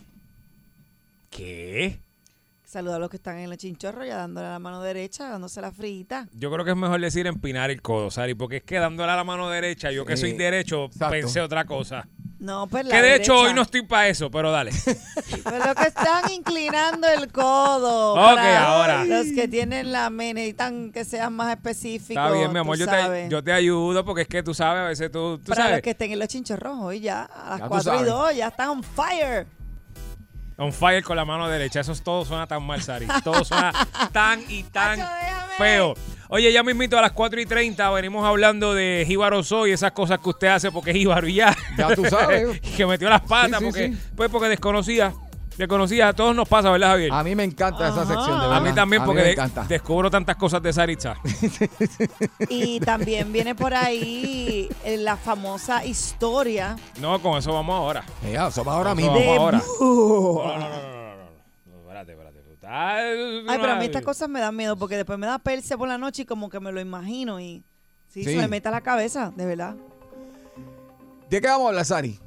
¿Qué? Saludos a los que están en los chinchorros, ya dándole a la mano derecha, dándose la frita. Yo creo que es mejor decir empinar el codo, Sari, porque es que dándole a la mano derecha, yo que Sí, soy derecho, exacto. pensé otra cosa. No, pues la Que de hecho derecha. hoy no estoy para eso, pero dale. Pues los que están inclinando el codo. Ok, para ahora. Los que tienen la mente, necesitan que sean más específicos. Está bien, mi amor, tú yo sabes. te, yo te ayudo porque es que tú sabes, a veces tú, tú Para sabes. los que estén en los chinchorros hoy ya, a Ya las tú cuatro y sabes. dos, ya están on fire. On fire con la mano derecha. Eso es- todo suena tan mal, Sari. Todo suena tan y tan Acho, déjame. feo. Oye, ya mismito a las cuatro y treinta venimos hablando de Jíbaro Soy, esas cosas que usted hace porque es Jíbaro y ya. Ya tú sabes. Que metió las patas Sí, sí, porque, sí. pues porque desconocía. Desconocía. A todos nos pasa, ¿verdad, Javier? A mí me encanta esa Ajá. sección, de A verdad. A mí también, A porque me de- encanta. descubro tantas cosas de Saritza. Y también viene por ahí eh, la famosa historia No, con eso vamos ahora. Ya, eso va ahora Eso mismo. vamos de ahora. Boo. No, no, no, no, no, no, no. No, espérate, espérate. Tú estás- Ay, pero a mí estas cosas me dan miedo porque después me da perse por la noche y como que me lo imagino y sí, Sí. se me mete a la cabeza, de verdad. ¿De qué vamos a hablar, Sari?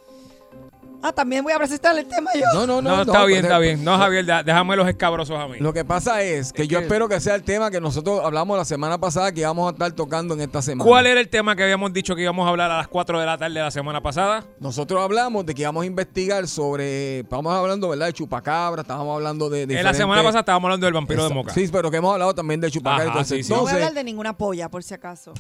Ah, también voy a presentar el tema yo. No, no, no. No, está bien, pues, está bien. No, Javier, da- déjame los escabrosos a mí. Lo que pasa es que Es yo que- espero que sea el tema que nosotros hablamos la semana pasada que íbamos a estar tocando en esta semana. ¿Cuál era el tema que habíamos dicho que íbamos a hablar a las cuatro de la tarde de la semana pasada? Nosotros hablamos de que íbamos a investigar sobre, estábamos hablando, ¿verdad? De chupacabra, estábamos hablando de... En la diferentes- semana pasada estábamos hablando del vampiro de Exacto. Moca. Sí, pero que hemos hablado también de chupacabra. Ajá, entonces, sí, sí. No voy a entonces, hablar de ninguna polla, por si acaso.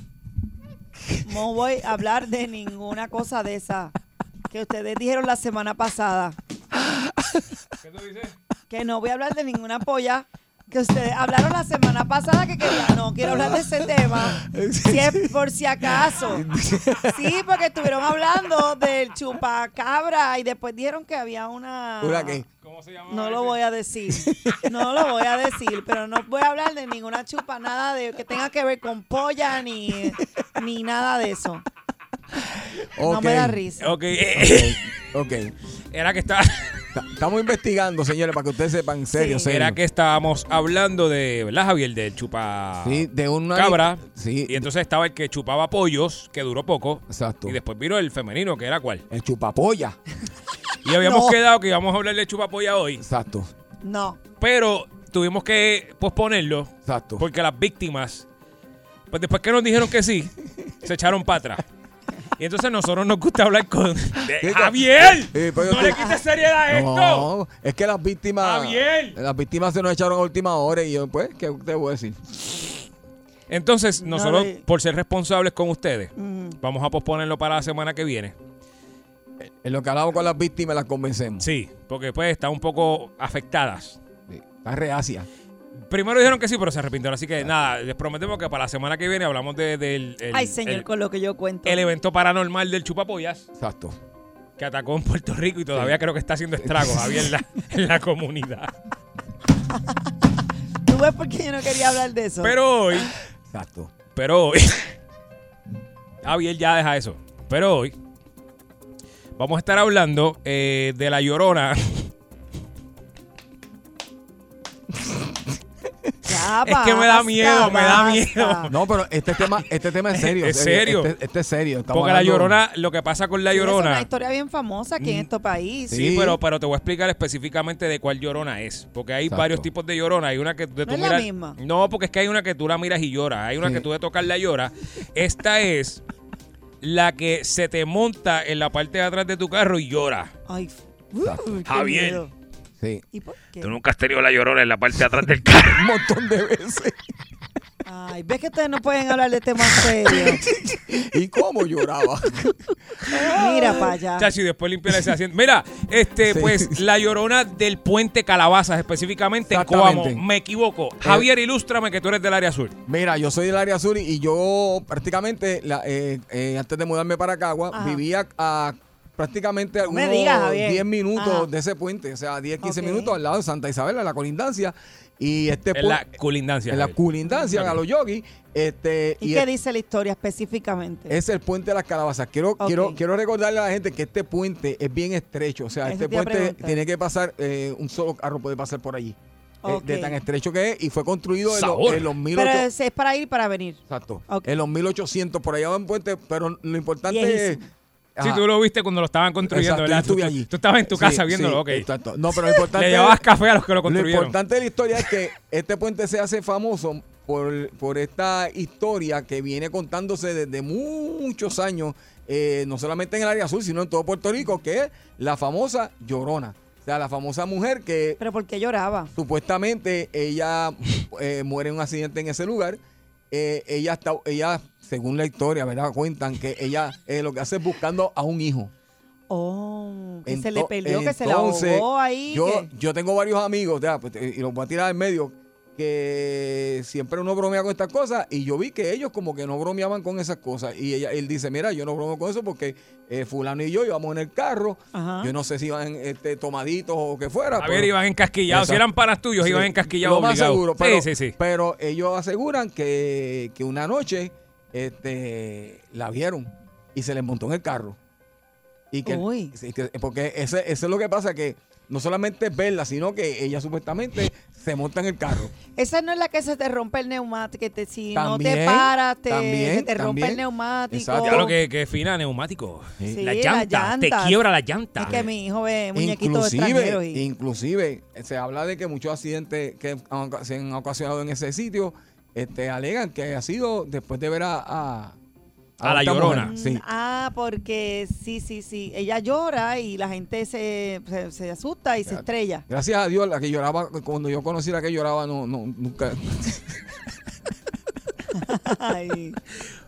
No voy a hablar de ninguna cosa de esa que ustedes dijeron la semana pasada. ¿Qué tú dices? Que no voy a hablar de ninguna polla que ustedes hablaron la semana pasada que querían. No, quiero hablar de ese tema. Si es por si acaso. Sí, porque estuvieron hablando del chupacabra y después dijeron que había una... ¿Una qué? ¿Cómo se llama? No lo voy a decir. No lo voy a decir, pero no voy a hablar de ninguna chupa, nada de que tenga que ver con polla ni, ni nada de eso. No Ok. me da risa. Ok. Ok. Era que está... Ta- Estamos investigando, señores, para que ustedes sepan, en serio, Sí. serio. Era que estábamos hablando de, ¿verdad, Javier? Del chupa Sí, de una... cabra. Sí. Y entonces estaba el que chupaba pollos, que duró poco. Exacto. Y después vino el femenino, que era cuál. El chupapolla. Y habíamos No. quedado que íbamos a hablar de chupapolla hoy. Exacto. No. Pero tuvimos que posponerlo. Exacto. Porque las víctimas, pues después que nos dijeron que sí, se echaron para atrás. Y entonces nosotros nos gusta hablar con... de- ¿Qué? ¡Javier! Eh, pero yo ¡No le estoy- quites seriedad a esto! No, es que las víctimas... Javier. Las víctimas se nos echaron a última hora y yo, pues, ¿qué te voy a decir? Entonces, nosotros, le- por ser responsables con ustedes, Mm. vamos a posponerlo para la semana que viene. En lo que hablamos con las víctimas las convencemos. Sí, porque pues están un poco afectadas. Sí. Está reacia. Primero dijeron que sí, pero se arrepintieron. Así que nada, les prometemos que para la semana que viene hablamos de- del el, Ay, señor, el- con lo que yo cuento. el evento paranormal del chupapollas Exacto. que atacó en Puerto Rico y todavía creo que está haciendo estragos, Javier, en la, en la comunidad. ¿Tú ves por qué yo no quería hablar de eso? Pero hoy, Exacto. pero hoy, Javier ya deja eso. Pero hoy vamos a estar hablando eh, de La Llorona. Ya Es que me da basta, miedo, me da basta. miedo. No, pero este tema, este tema es serio. ¿Es serio? Este, este es serio. Estamos Porque La hablando- Llorona, lo que pasa con La Sí, es Llorona... una historia bien famosa aquí en este país. Sí, Sí. pero, pero te voy a explicar específicamente de cuál llorona es. Porque hay Exacto. varios tipos de llorona. Hay una que de tú ¿No es la miras- misma? No, porque es que hay una que tú la miras y lloras. Hay una Sí. que tú de tocar la llora. Esta es la que se te monta en la parte de atrás de tu carro y llora. Ay, Exacto. uy, qué Javier. miedo. Sí. ¿Y por qué? Tú nunca has tenido la llorona en la parte de atrás del carro. Un montón de veces. Ay, ves que ustedes no pueden hablar de temas serios. ¿Y cómo lloraba? Mira para allá. Chachi, después limpiar ese asiento. Mira, este, Sí. pues la llorona del puente Calabazas, específicamente en Coamo. Exactamente. Me equivoco. Javier, ilústrame que tú eres del área sur. Mira, yo soy del área sur y yo prácticamente, la- eh, eh, antes de mudarme para Cagua, Ajá. vivía a prácticamente No me unos digas, Javier. diez minutos Ajá. de ese puente, o sea, diez, quince Ok. minutos al lado de Santa Isabel, en la colindancia. Y este En la pue- colindancia. en la Javier. colindancia, a los yogis. Este, ¿Y y qué es, dice la historia específicamente? es el puente de las calabazas. Quiero, Ok. quiero, quiero recordarle a la gente que este puente es bien estrecho. O sea, Eso este te iba a puente preguntar. tiene que pasar, eh, un solo carro puede pasar por allí. Eh, Ok. de tan estrecho que es. Y fue construido en, Sabor. los- en los mil Pero ochocientos. es, es para ir y para venir. Exacto. Ok. En los mil ochocientos, por allá va un puente, pero lo importante Viejísimo. es... Sí, Ajá. tú lo viste cuando lo estaban construyendo, Exacto, yo ¿verdad? Tú, estuve tú- allí. tú estabas en tu Sí, casa viéndolo, sí, ok. exacto. No, pero lo importante Le llevabas café a los que lo Lo construyeron. importante de la historia es que este puente se hace famoso por, por esta historia que viene contándose desde muchos años, eh, no solamente en el área sur, sino en todo Puerto Rico, que es la famosa Llorona. O sea, la famosa mujer que ¿Pero por qué lloraba? supuestamente ella eh, muere en un accidente en ese lugar. Eh, ella está, ella, según la historia, ¿verdad? Cuentan que ella eh, lo que hace es buscando a un hijo. Oh, que se Ento- le perdió, que se le entonces, ahogó ahí. Yo, que- yo tengo varios amigos, ya, pues, eh, y los voy a tirar en medio, que siempre uno bromea con estas cosas, y yo vi que ellos como que no bromeaban con esas cosas. Y ella, él dice, mira, yo no bromeo con eso porque eh, fulano y yo íbamos en el carro. Ajá. Yo no sé si iban este, tomaditos o que fuera. A ver, pero- iban encasquillados. Si Exacto. eran panas tuyos, Sí, iban encasquillados lo más obligados. seguro, pero, sí, sí, sí. pero ellos aseguran que, que una noche este, la vieron y se les montó en el carro. Y que, Uy. sí, que- porque ese, eso es lo que pasa, que no solamente es verla, sino que ella supuestamente se monta en el carro. Esa no es la que se te rompe el neumático, que te, si no te También, paras, te, también, se te rompe también. el neumático. Exacto. Ya lo que, que fina, neumático. Sí, la las llanta, te llantas. quiebra la llanta. Es que mi hijo ve muñequitos extranjeros. Inclusive, Y, inclusive, se habla de que muchos accidentes que han- se han ocasionado en ese sitio este, alegan que ha sido después de ver a... a A la esta Llorona. mujer. Sí. Ah, porque sí, sí, sí. Ella llora y la gente se, se, se asusta y se estrella. Gracias a Dios, la que lloraba, cuando yo conocí la que lloraba, no, no, nunca. Ay.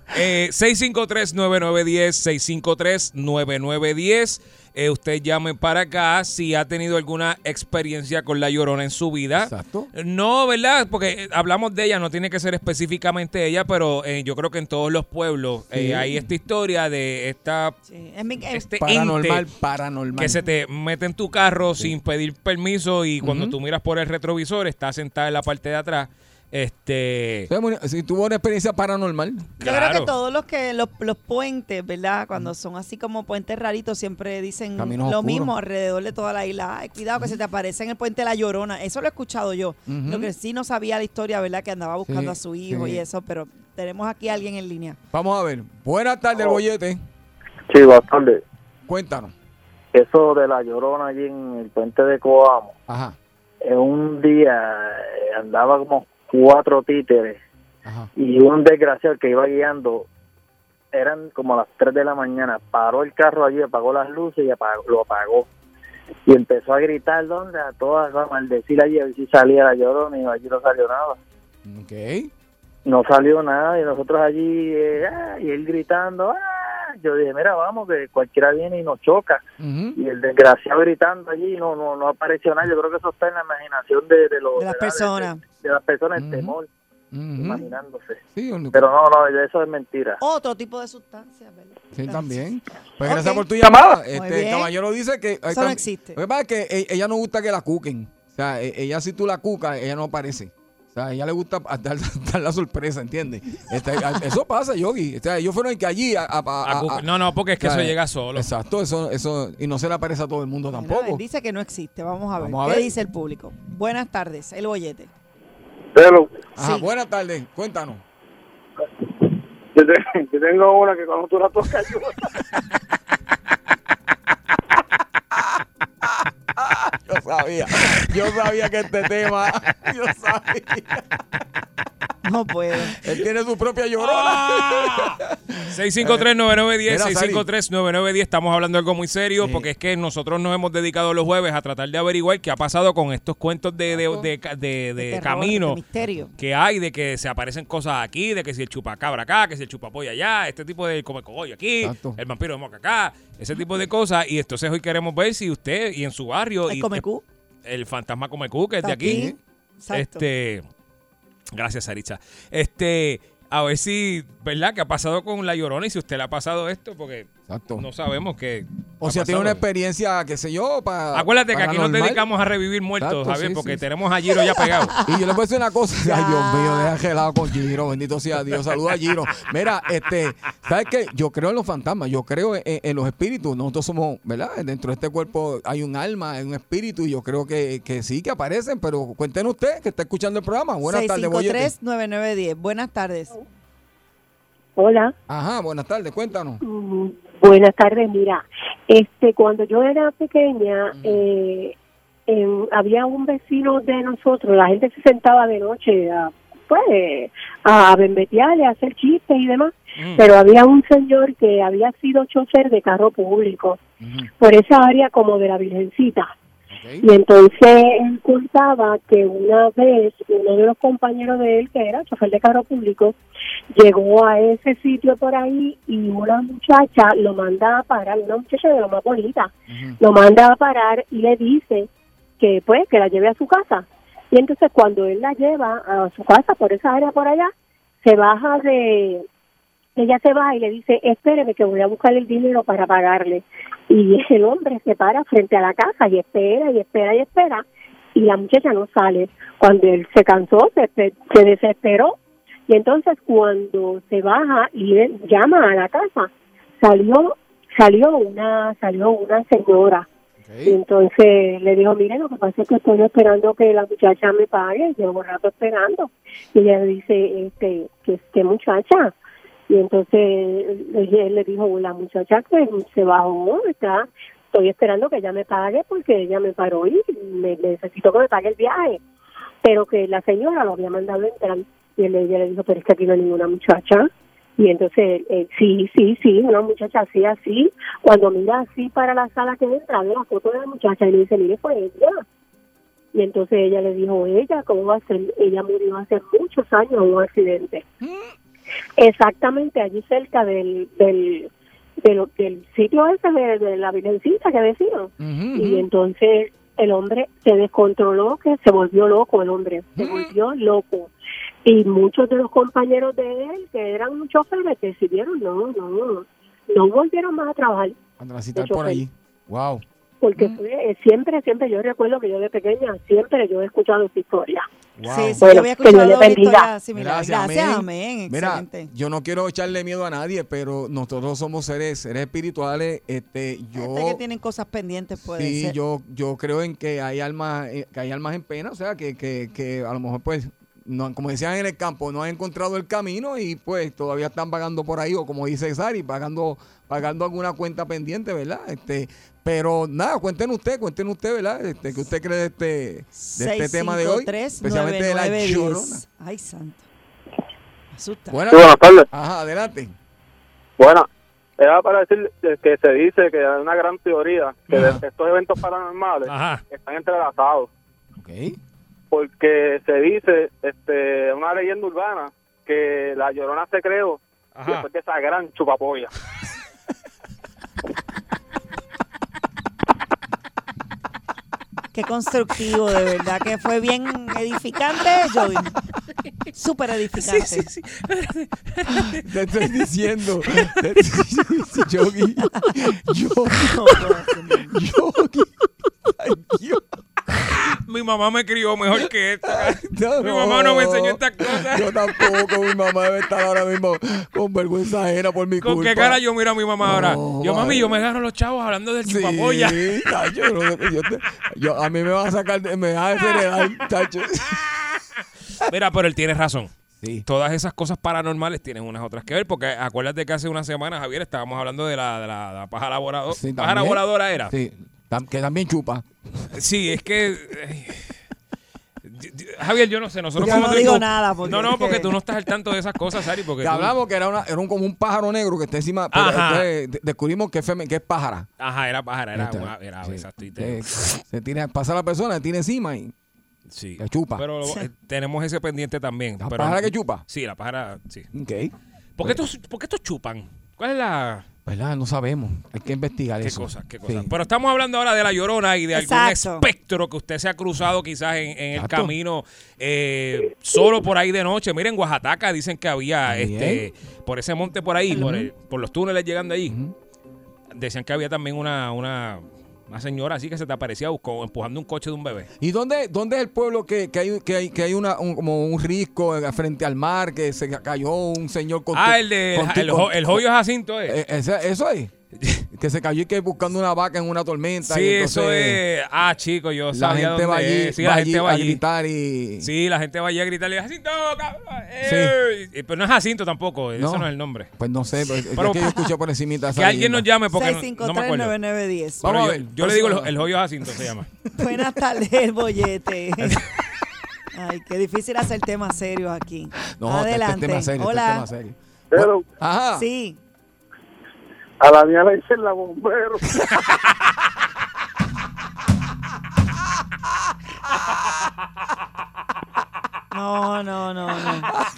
Eh, seis cinco tres, nueve nueve uno cero, seis cinco tres, nueve nueve uno cero. Eh, usted llame para acá si ha tenido alguna experiencia con La Llorona en su vida. Exacto. No, ¿verdad? Porque hablamos de ella, no tiene que ser específicamente ella, pero eh, yo creo que en todos los pueblos Sí. eh, hay esta historia de esta Sí, es mi- es- este Paranormal, ente paranormal. que se te mete en tu carro sin pedir permiso y cuando Ujú. tú miras por el retrovisor está sentada en la parte de atrás. Este, Si tuvo una experiencia paranormal. Yo creo claro. que todos los que los, los puentes, ¿verdad? Cuando son así como puentes raritos, siempre dicen Caminos lo oscuros. mismo alrededor de toda la isla. Ay, cuidado que se te aparece en el puente La Llorona. Eso lo he escuchado yo. Ujú. Lo que sí no sabía la historia, ¿verdad? Que andaba buscando Sí, a su hijo sí. y eso, pero tenemos aquí a alguien en línea. Vamos a ver. Buenas tardes, el bollete. Sí, buenas tardes. Cuéntanos. Eso de la Llorona allí en el puente de Coamo, Ajá. en un día eh, andaba como cuatro títeres Ajá. y un desgraciado que iba guiando, eran como las tres de la mañana, paró el carro allí, apagó las luces y apagó- lo apagó. Y empezó a gritar, ¿dónde? A todas, a maldecir allí, a ver si salía la Llorona, y allí no salió nada. Ok. No salió nada, y nosotros allí, eh, ah, y él gritando, ¡ah! Yo dije, mira, vamos, que cualquiera viene y nos choca. Ujú. Y el desgraciado gritando allí, no no no apareció nada. Yo creo que eso está en la imaginación de, de, los, De las ¿verdad? personas. De, de las personas, el Ujú. temor, Ujú. imaginándose. Sí, un- Pero no, no, eso es mentira. Otro tipo de sustancia, ¿verdad? sí, también. Pues Ok. gracias por tu llamada. Muy Este, bien. el caballero dice que... Eso no existe. Lo que pasa es que e- ella no gusta que la cuquen. O sea, e- ella si tú la cucas, ella no aparece. O sea, a ella le gusta dar, dar la sorpresa, ¿entiendes? Este, a- eso pasa, Yogi. O sea, ellos fueron que allí a... a- a- a cu- a- no, no, porque es que o sea, eso llega solo. Exacto, eso, eso... Y no se le aparece a todo el mundo Bueno, tampoco. él dice que no existe. Vamos a ver. Vamos a ¿Qué ver. dice el público? Buenas tardes, el bollete. Pero Ajá, Sí. buenas tardes. Cuéntanos. yo, te- yo tengo una que cuando tú la tocas, yo- Yo sabía. Yo sabía que este tema... Yo sabía. No puedo. Él tiene su propia llorona. ¡Ah! seis cinco tres, nueve nueve uno cero, Mira, seis cinco tres, nueve nueve uno cero. Estamos hablando de algo muy serio Sí. porque es que nosotros nos hemos dedicado los jueves a tratar de averiguar qué ha pasado con estos cuentos de, de, de, de, de- de terror, camino de misterio. que hay, de que se aparecen cosas aquí, de que si el chupacabra acá, que si el chupapolla allá, este tipo de come cogollo aquí, Exacto. el vampiro de moca acá, ese tipo de cosas. Y entonces hoy queremos ver si usted y en su barrio... El y, Comecú. el fantasma Comecú, que es de Está aquí. aquí. Exacto. Este, gracias, Saritza. Este, a ver si, ¿verdad? ¿Qué ha pasado con La Llorona? Y si usted le ha pasado esto, porque Exacto. no sabemos qué. O ha sea, tiene una pasado. experiencia, qué sé yo, para... Acuérdate que aquí nos paranormal. dedicamos a revivir muertos, Exacto, Javier, sí, porque sí. tenemos a Giro ya pegado. Y yo le voy a decir una cosa. Ya. Ay, Dios mío, deja gelado con Giro. Bendito sea Dios. Saluda a Giro. Mira, este, ¿sabes qué? Yo creo en los fantasmas. Yo creo en, en los espíritus. Nosotros somos, ¿verdad? Dentro de este cuerpo hay un alma, hay un espíritu. Y yo creo que, que sí, que aparecen. Pero cuéntenos usted que está escuchando el programa. Buenas tardes, Bollete. seis cinco tres, nueve nueve uno cero. Buenas tardes. Hola, Ajá, buenas tardes. Cuéntanos. mm, buenas tardes. Mira, este, cuando yo era pequeña, eh, en- había un vecino de nosotros. La gente se sentaba de noche a, pues, a bembetear, a hacer chistes y demás. Mm. Pero había un señor que había sido chofer de carro público Ujú. por esa área como de la Virgencita. Ok. Y entonces él contaba que una vez uno de los compañeros de él, que era chofer de carro público, llegó a ese sitio por ahí y una muchacha lo manda a parar, una muchacha de lo más bonita, Ujú. lo manda a parar y le dice que pues que la lleve a su casa. Y entonces cuando él la lleva a su casa por esa área por allá, se baja de... Ella se baja y le dice, espéreme que voy a buscar el dinero para pagarle. Y el hombre se para frente a la casa y espera y espera y espera. Y la muchacha no sale. Cuando él se cansó, se, se desesperó. Y entonces cuando se baja y él llama a la casa, salió salió una salió una señora. Y Ok. entonces le dijo, mire, lo que pasa es que estoy esperando que la muchacha me pague. Llevo un rato esperando. Y ella le dice, este, ¿qué, qué muchacha? Y entonces él le dijo, la muchacha que se bajó, está, estoy esperando que ella me pague porque ella me paró y me, necesito que me pague el viaje. Pero que la señora lo había mandado entrar. Y él, ella le dijo, pero es que aquí no hay ninguna muchacha. Y entonces, eh, sí, sí, sí, una muchacha así, así. Cuando mira así para la sala que entra, ve la foto de la muchacha y le dice, mire, fue ella. Y entonces ella le dijo, ella, ¿cómo va a ser? Ella murió hace muchos años en un accidente. exactamente allí cerca del del, del, del sitio ese de, de la virgencita que decían. Ujú, Y ujú. entonces el hombre se descontroló, que se volvió loco el hombre, se Mm. volvió loco. Y muchos de los compañeros de él, que eran choferes, decidieron no, no, no volvieron más a trabajar. A transitar de por chofer. allí. Wow. Porque Mm. fue, eh, siempre, siempre, yo recuerdo que yo de pequeña, siempre yo he escuchado esta historia. Wow. Sí, sí, Bueno, yo había que Dios escuchado le bendiga. historias similares. Gracias, Gracias, amén. amén. Mira, Excelente. yo no quiero echarle miedo a nadie, pero nosotros somos seres, seres espirituales. Este, yo, Gente que tienen cosas pendientes puede sí, ser. yo, yo creo en que hay almas, eh, que hay almas en pena, o sea, que, que, que a lo mejor, pues, no, como decían en el campo, no han encontrado el camino y pues todavía están pagando por ahí, o como dice Sari, pagando, pagando alguna cuenta pendiente, ¿verdad? Este, pero nada, cuéntenos usted, cuéntenos usted, ¿verdad? Este, ¿qué usted cree de este, de este tema de hoy? Especialmente de la Llorona. Ay, santo. Me asusta. Buenas, Sí, buenas tardes. Ajá, adelante. Bueno, era para decir que se dice que hay una gran teoría que Ajá. de estos eventos paranormales Ajá. están entrelazados. Ok. Porque se dice, este, una leyenda urbana, que la Llorona se creó Ajá. después de esa gran chupapolla. Qué constructivo, de verdad, que fue bien edificante, Joey. Súper edificante. Sí, sí, sí. Espérate, espérate. Te estoy diciendo. Te estoy diciendo, Yogi. Yogi. Yogi. Ay, Dios. Mi mamá me crió mejor que esto. No, Mi mamá no me enseñó estas cosas. Yo tampoco. Mi mamá debe estar ahora mismo con vergüenza ajena por mi ¿Con culpa. qué cara yo miro a mi mamá ahora? No, Yo, mami, vale. yo me gano los chavos hablando del Sí, chupapolla. tacho, yo, yo te- yo- a mí me va a sacar, de- me va a desheredar, tacho. Mira, pero él tiene razón. Sí. Todas esas cosas paranormales tienen unas otras que ver, porque acuérdate que hace una semana, Javier, estábamos hablando de la, de la, de la pájara voladora. Sí, pájara también. voladora era. Sí, tam- que también chupa. Sí, es que... ay, d- d- Javier, yo no sé, nosotros Yo como no tú- digo nada, porque No, no, es porque que- tú no estás al tanto de esas cosas, Sari, porque Que tú- hablamos que era, una, era un, como un pájaro negro que está encima, pero Ajá. entonces de- descubrimos que es, feme- que es pájara. Ajá, era pájara, era, Este, una, era sí. exacto, y te- Se, se tira, pasa la persona, tiene encima y sí. que chupa. Pero eh, tenemos ese pendiente también. ¿La pero- pájara que chupa? Sí, la pájara, sí. Ok. ¿Por qué estos, por qué estos chupan? ¿Cuál es la...? ¿Verdad? No sabemos. Hay que investigar ¿Qué eso. cosas? ¿Qué cosas? Sí. Pero estamos hablando ahora de la Llorona y de algún Exacto. espectro que usted se ha cruzado quizás en, en el Exacto. camino eh, solo por ahí de noche. Miren, en Oaxaca dicen que había Bien. este por ese monte por ahí, por, el- por los túneles llegando allí. Ujú. Decían que había también una, una, una señora así que se te aparecía busco- empujando un coche de un bebé. ¿Y dónde, dónde es el pueblo que, que hay, que hay, que hay una, un, como un risco eh, frente al mar, que se cayó un señor con Ah, tu- el de con tu- el, jo- con- el joyo Jacinto es. Eh, ese- eso es. Que se cayó y que buscando una vaca en una tormenta. Sí, y entonces eso es. Ah, chico, yo La sabía gente dónde va allí, es. Sí, va la allí gente va a allí. gritar y... Sí, la gente va allí a gritarle Jacinto, cabrón, ey". Y- Pero no es Jacinto tampoco, ese no es el nombre. Pues no sé, pero, es Pero- que yo escuché por encimita. Que alguien nos llame porque seis no, cinco no me tres acuerdo. nueve nueve uno cero. Pero Vamos a yo, ver, yo le digo el, persona. el joyo Jacinto se llama. Buenas tardes, el bollete. Ay, qué difícil hacer temas serios aquí. No, este- este Adelante. es tema serio, este es Hola. tema serio. Pero Ajá. Sí. a la mía le dicen la bombero. No, no, no, no.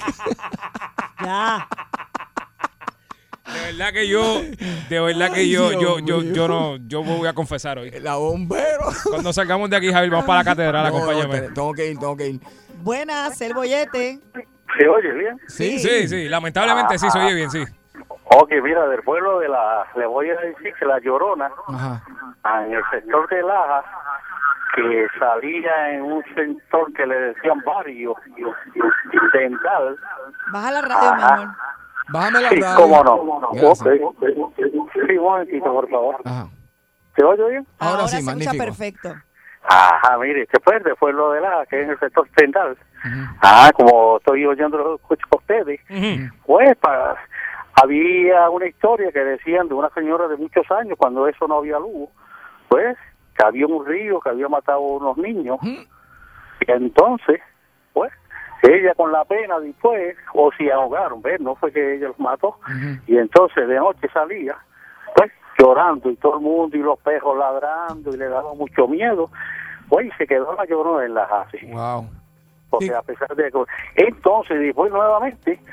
Ya. De verdad que yo, de verdad que Ay, yo, Dios yo, yo, mío. yo no, yo voy a confesar hoy. La bombero. Cuando salgamos de aquí, Javier, vamos para la catedral, No, no, acompáñame. espere, tengo que ir, tengo que ir. Buenas, el bollete. ¿Se oye bien? Sí, Sí, sí, lamentablemente sí, se oye bien, sí. Ok, mira, del pueblo de la, le voy a decir que la Llorona, Ajá. en el sector de Laja, que salía en un sector que le decían barrio dental. Baja la radio, mi amor. Bájame la Sí, radio. cómo no. Gracias. Ok. Sí, un momentito, por favor. Ajá. ¿Se oye bien? Ahora, Ahora sí, se magnífico. escucha perfecto. Ajá, mire, que fue del pueblo de Laja, que es en el sector dental. Ujú. Ah, como estoy oyendo los escucho a ustedes, Ujú. pues para, había una historia que decían de una señora de muchos años, cuando eso no había luz, pues que había un río que había matado a unos niños, Ujú. y entonces, pues, ella con la pena después, o si ahogaron, ¿ves? No fue que ella los mató, Ujú. y entonces de noche salía, pues, llorando, y todo el mundo, y los perros ladrando, y le daba mucho miedo, pues, y se quedó la Llorona en la así. Wow. Porque Sí. a pesar de que... Entonces, después nuevamente,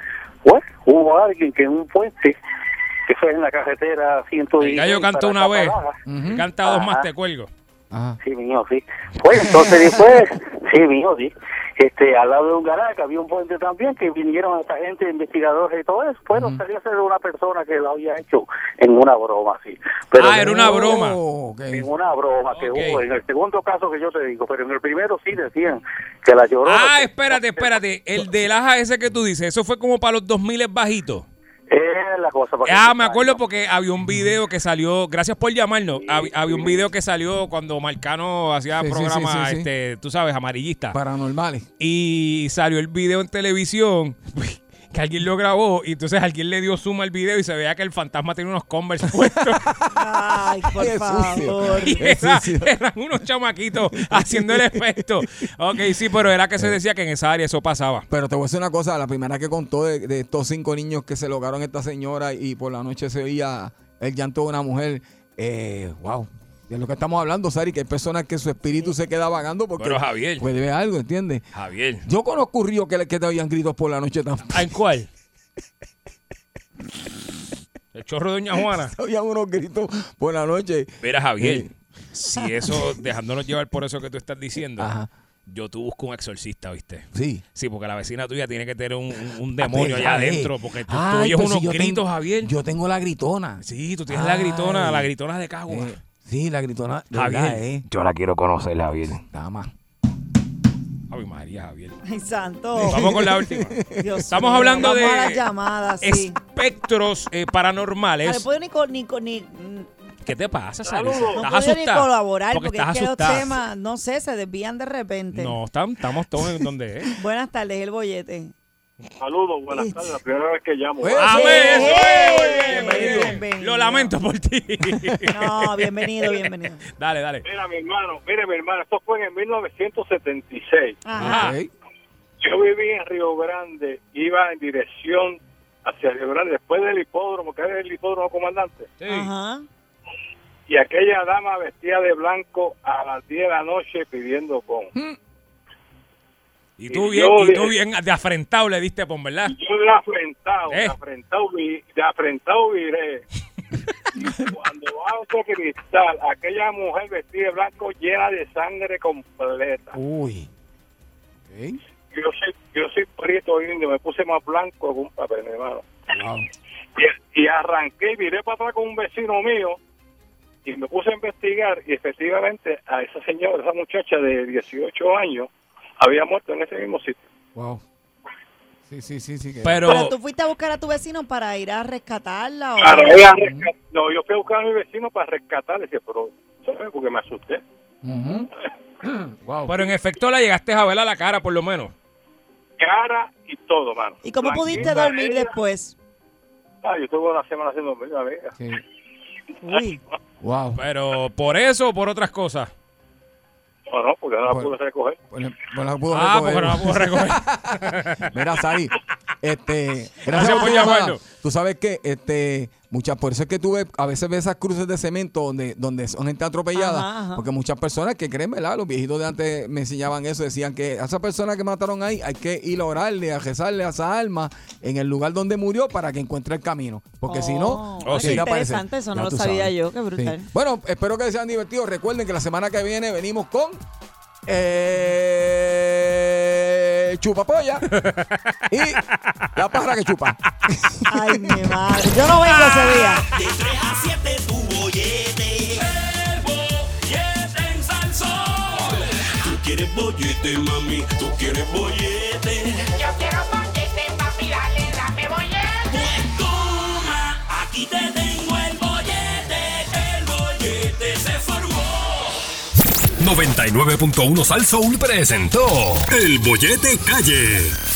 pues hubo alguien que en un puente, que fue en la carretera ciento diez. El gallo cantó una vez, uh-huh. canta dos Ajá. más, te cuelgo. Ajá. Sí, mijo, sí. Pues entonces después, sí, mijo, sí. Este, al lado de un garaje había un puente también, que vinieron esta gente, investigadores y todo eso. Bueno, uh-huh. salió a ser una persona que lo había hecho en una broma, sí. Pero ah, era una broma. Oh, okay. En una broma que okay. hubo. En el segundo caso que yo te digo, pero en el primero sí decían que la lloró. Ah, espérate, espérate. El del aja ese que tú dices, eso fue como para los dos mil bajitos. Es la cosa. Ah, me acuerdo porque había un video que salió, gracias por llamarnos, sí, había, había un video que salió cuando Marcano hacía sí, programas, sí, sí, sí, este, tú sabes, amarillistas. Paranormales. Y salió el video en televisión, que alguien lo grabó, y entonces alguien le dio zoom al video y se veía que el fantasma tenía unos Converse puestos. Ay, por Qué favor. sucio. Y era, eran unos chamaquitos haciendo el efecto. Ok, sí, pero era que se decía que en esa área eso pasaba. Pero te voy a decir una cosa, la primera que contó de, de estos cinco niños que se lograron esta señora y por la noche se oía el llanto de una mujer, eh, wow. De lo que estamos hablando, Sari, que hay personas que su espíritu se queda vagando porque pero Javier, puede ver algo, ¿entiendes? Javier. Yo conozco un río que, que te habían gritos por la noche también. ¿En cuál? El chorro de Doña Juana. Habían unos gritos por la noche. Mira, Javier, eh. si eso, dejándonos llevar por eso que tú estás diciendo, ajá. yo tú busco un exorcista, ¿viste? Sí. Sí, porque la vecina tuya tiene que tener un, un, un demonio allá ver, adentro, porque tú, ay, tú oyes pues unos si gritos, tengo, Javier. Yo tengo la gritona. Sí, tú tienes ay. la gritona, la gritona de Cagua. Eh, sí, la gritona. Javier, verdad, eh. yo la quiero conocer, Javier. Dama. Ay, María, Javier. Ay, santo. Vamos con la última. Dios Estamos mío, hablando vamos de a las llamadas, sí. espectros eh, paranormales. No puedo ni, ni, ni ¿Qué te pasa, Sari? No ¿Estás puedo asustada? ni colaborar porque, porque estás es que asustada. los temas, no sé, se desvían de repente. No, estamos, estamos todos en donde es. Buenas tardes, el bollete. Saludos, buenas tardes. La primera vez que llamo. ¡Amén! Eso es, muy bien, Bienvenido. bienvenido. Lo lamento por ti. No, bienvenido, bienvenido. Dale, dale. Mira, mi hermano, mire, mi hermano, esto fue en mil novecientos setenta y seis. Ajá. Okay. Yo viví en Río Grande, iba en dirección hacia Río Grande, después del hipódromo, que era el hipódromo comandante. Sí. Ajá. Y aquella dama vestida de blanco a las diez de la noche pidiendo con. Hmm. Y tú Y bien, yo y tú le- bien de afrentado le diste pon, ¿verdad? Yo de afrentado, ¿Eh? de afrentado, vi- de afrentado viré. Cuando bajo ese cristal, aquella mujer vestida de blanco llena de sangre completa. Uy. Okay. Yo soy, yo soy prieto indio, me puse más blanco que un papel, mi hermano. Wow. Y, y arranqué y viré para atrás con un vecino mío y me puse a investigar y efectivamente a esa señora, esa muchacha de dieciocho años, había muerto en ese mismo sitio. Wow. Sí, sí, sí, sí. que- Pero, Pero tú fuiste a buscar a tu vecino para ir a rescatarla. ¿O? Claro, ella rescat- no, yo fui a buscar a mi vecino para rescatarle, decía, pero, ¿sabes? Porque me asusté. Ujú. Wow. pero en efecto la llegaste a ver a la cara, por lo menos. Cara y todo, mano. ¿Y cómo pudiste Blanquita dormir ella. después? Ah, yo estuve una semana haciendo dormir, amiga. Sí. Uy. Wow. Pero por eso o por otras cosas. No, no, porque no la Bueno. pude recoger. Pues, pues la pudo Ah, recoger. porque no la puedo recoger. Mira, Sari, este, Gracias gracias por por llamar. llamarnos. Tú sabes que, este, muchas, por eso es que tú ves, a veces ves esas cruces de cemento donde, donde son gente atropellada, Ajá, ajá. porque muchas personas que creen, ¿verdad? Los viejitos de antes me enseñaban eso, decían que a esa persona que mataron ahí hay que ir a orarle, a rezarle a esa alma en el lugar donde murió para que encuentre el camino, porque si no, Oh, qué sí. va a aparecer. interesante, eso Ya no lo tú sabía sabes. yo, qué brutal. Sí. Bueno, espero que sean divertidos. Recuerden que la semana que viene venimos con eh, chupapolla y la parra que chupa. Ay, mi madre. Yo no vengo ese día. De tres a siete tu bollete. El bollete en Salsón. Tú quieres bollete, mami. Tú quieres bollete. Yo quiero bollete, papi, dale, dame bollete. Pues toma, aquí te tengo el bollete. El bollete se formó. noventa y nueve punto uno Sal Soul presentó El Bollete Calle.